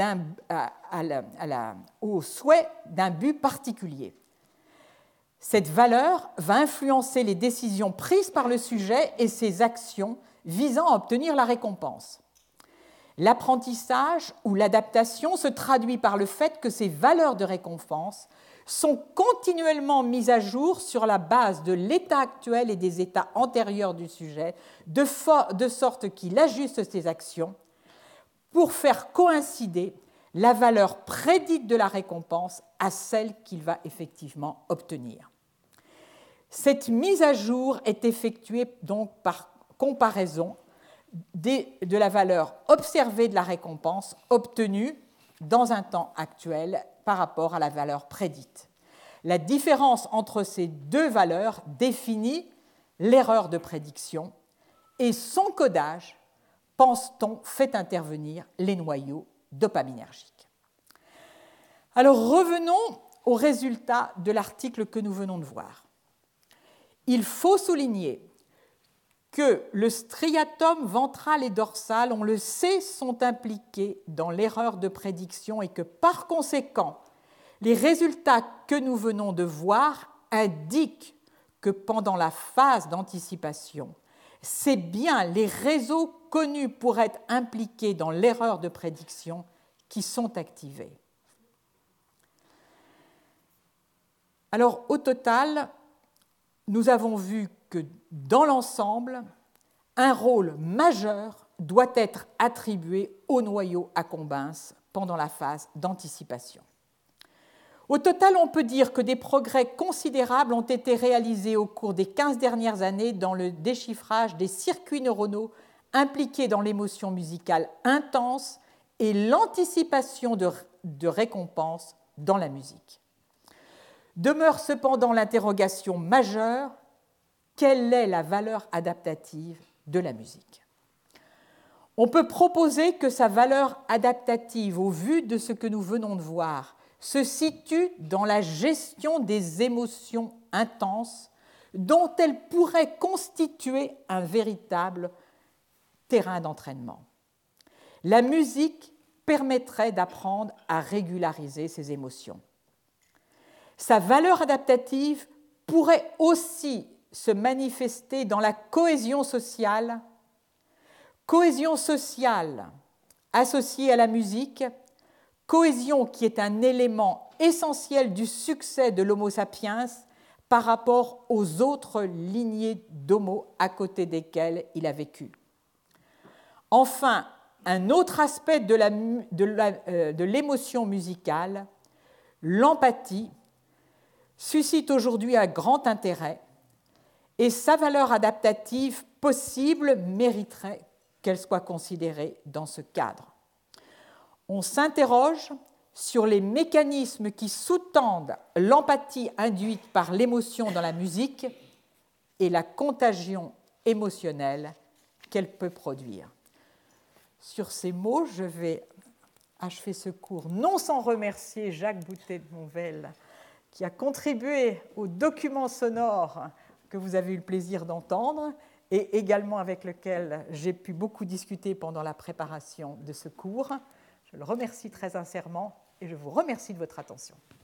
Speaker 1: au souhait d'un but particulier. Cette valeur va influencer les décisions prises par le sujet et ses actions visant à obtenir la récompense. L'apprentissage ou l'adaptation se traduit par le fait que ces valeurs de récompense sont continuellement mises à jour sur la base de l'état actuel et des états antérieurs du sujet, de sorte qu'il ajuste ses actions pour faire coïncider la valeur prédite de la récompense à celle qu'il va effectivement obtenir. Cette mise à jour est effectuée donc par comparaison de la valeur observée de la récompense obtenue dans un temps actuel par rapport à la valeur prédite. La différence entre ces deux valeurs définit l'erreur de prédiction et son codage, pense-t-on, fait intervenir les noyaux dopaminergiques. Alors revenons aux résultats de l'article que nous venons de voir. Il faut souligner que le striatum ventral et dorsal, on le sait, sont impliqués dans l'erreur de prédiction et que par conséquent, les résultats que nous venons de voir indiquent que pendant la phase d'anticipation, c'est bien les réseaux connus pour être impliqués dans l'erreur de prédiction qui sont activés. Alors, au total, nous avons vu que dans l'ensemble, un rôle majeur doit être attribué au noyau accumbens pendant la phase d'anticipation. Au total, on peut dire que des progrès considérables ont été réalisés au cours des 15 dernières années dans le déchiffrage des circuits neuronaux impliqués dans l'émotion musicale intense et l'anticipation de récompenses dans la musique. Demeure cependant l'interrogation majeure: quelle est la valeur adaptative de la musique? On peut proposer que sa valeur adaptative, au vu de ce que nous venons de voir, se situe dans la gestion des émotions intenses dont elle pourrait constituer un véritable terrain d'entraînement. La musique permettrait d'apprendre à régulariser ces émotions. Sa valeur adaptative pourrait aussi se manifester dans la cohésion sociale associée à la musique, cohésion qui est un élément essentiel du succès de l'Homo sapiens par rapport aux autres lignées d'Homo à côté desquelles il a vécu. Enfin, un autre aspect de l'émotion musicale, l'empathie, suscite aujourd'hui un grand intérêt et sa valeur adaptative possible mériterait qu'elle soit considérée dans ce cadre. On s'interroge sur les mécanismes qui sous-tendent l'empathie induite par l'émotion dans la musique et la contagion émotionnelle qu'elle peut produire. Sur ces mots, je vais achever ce cours, non sans remercier Jacques Boutet de Monvel, qui a contribué au document sonore que vous avez eu le plaisir d'entendre et également avec lequel j'ai pu beaucoup discuter pendant la préparation de ce cours. Je le remercie très sincèrement et je vous remercie de votre attention.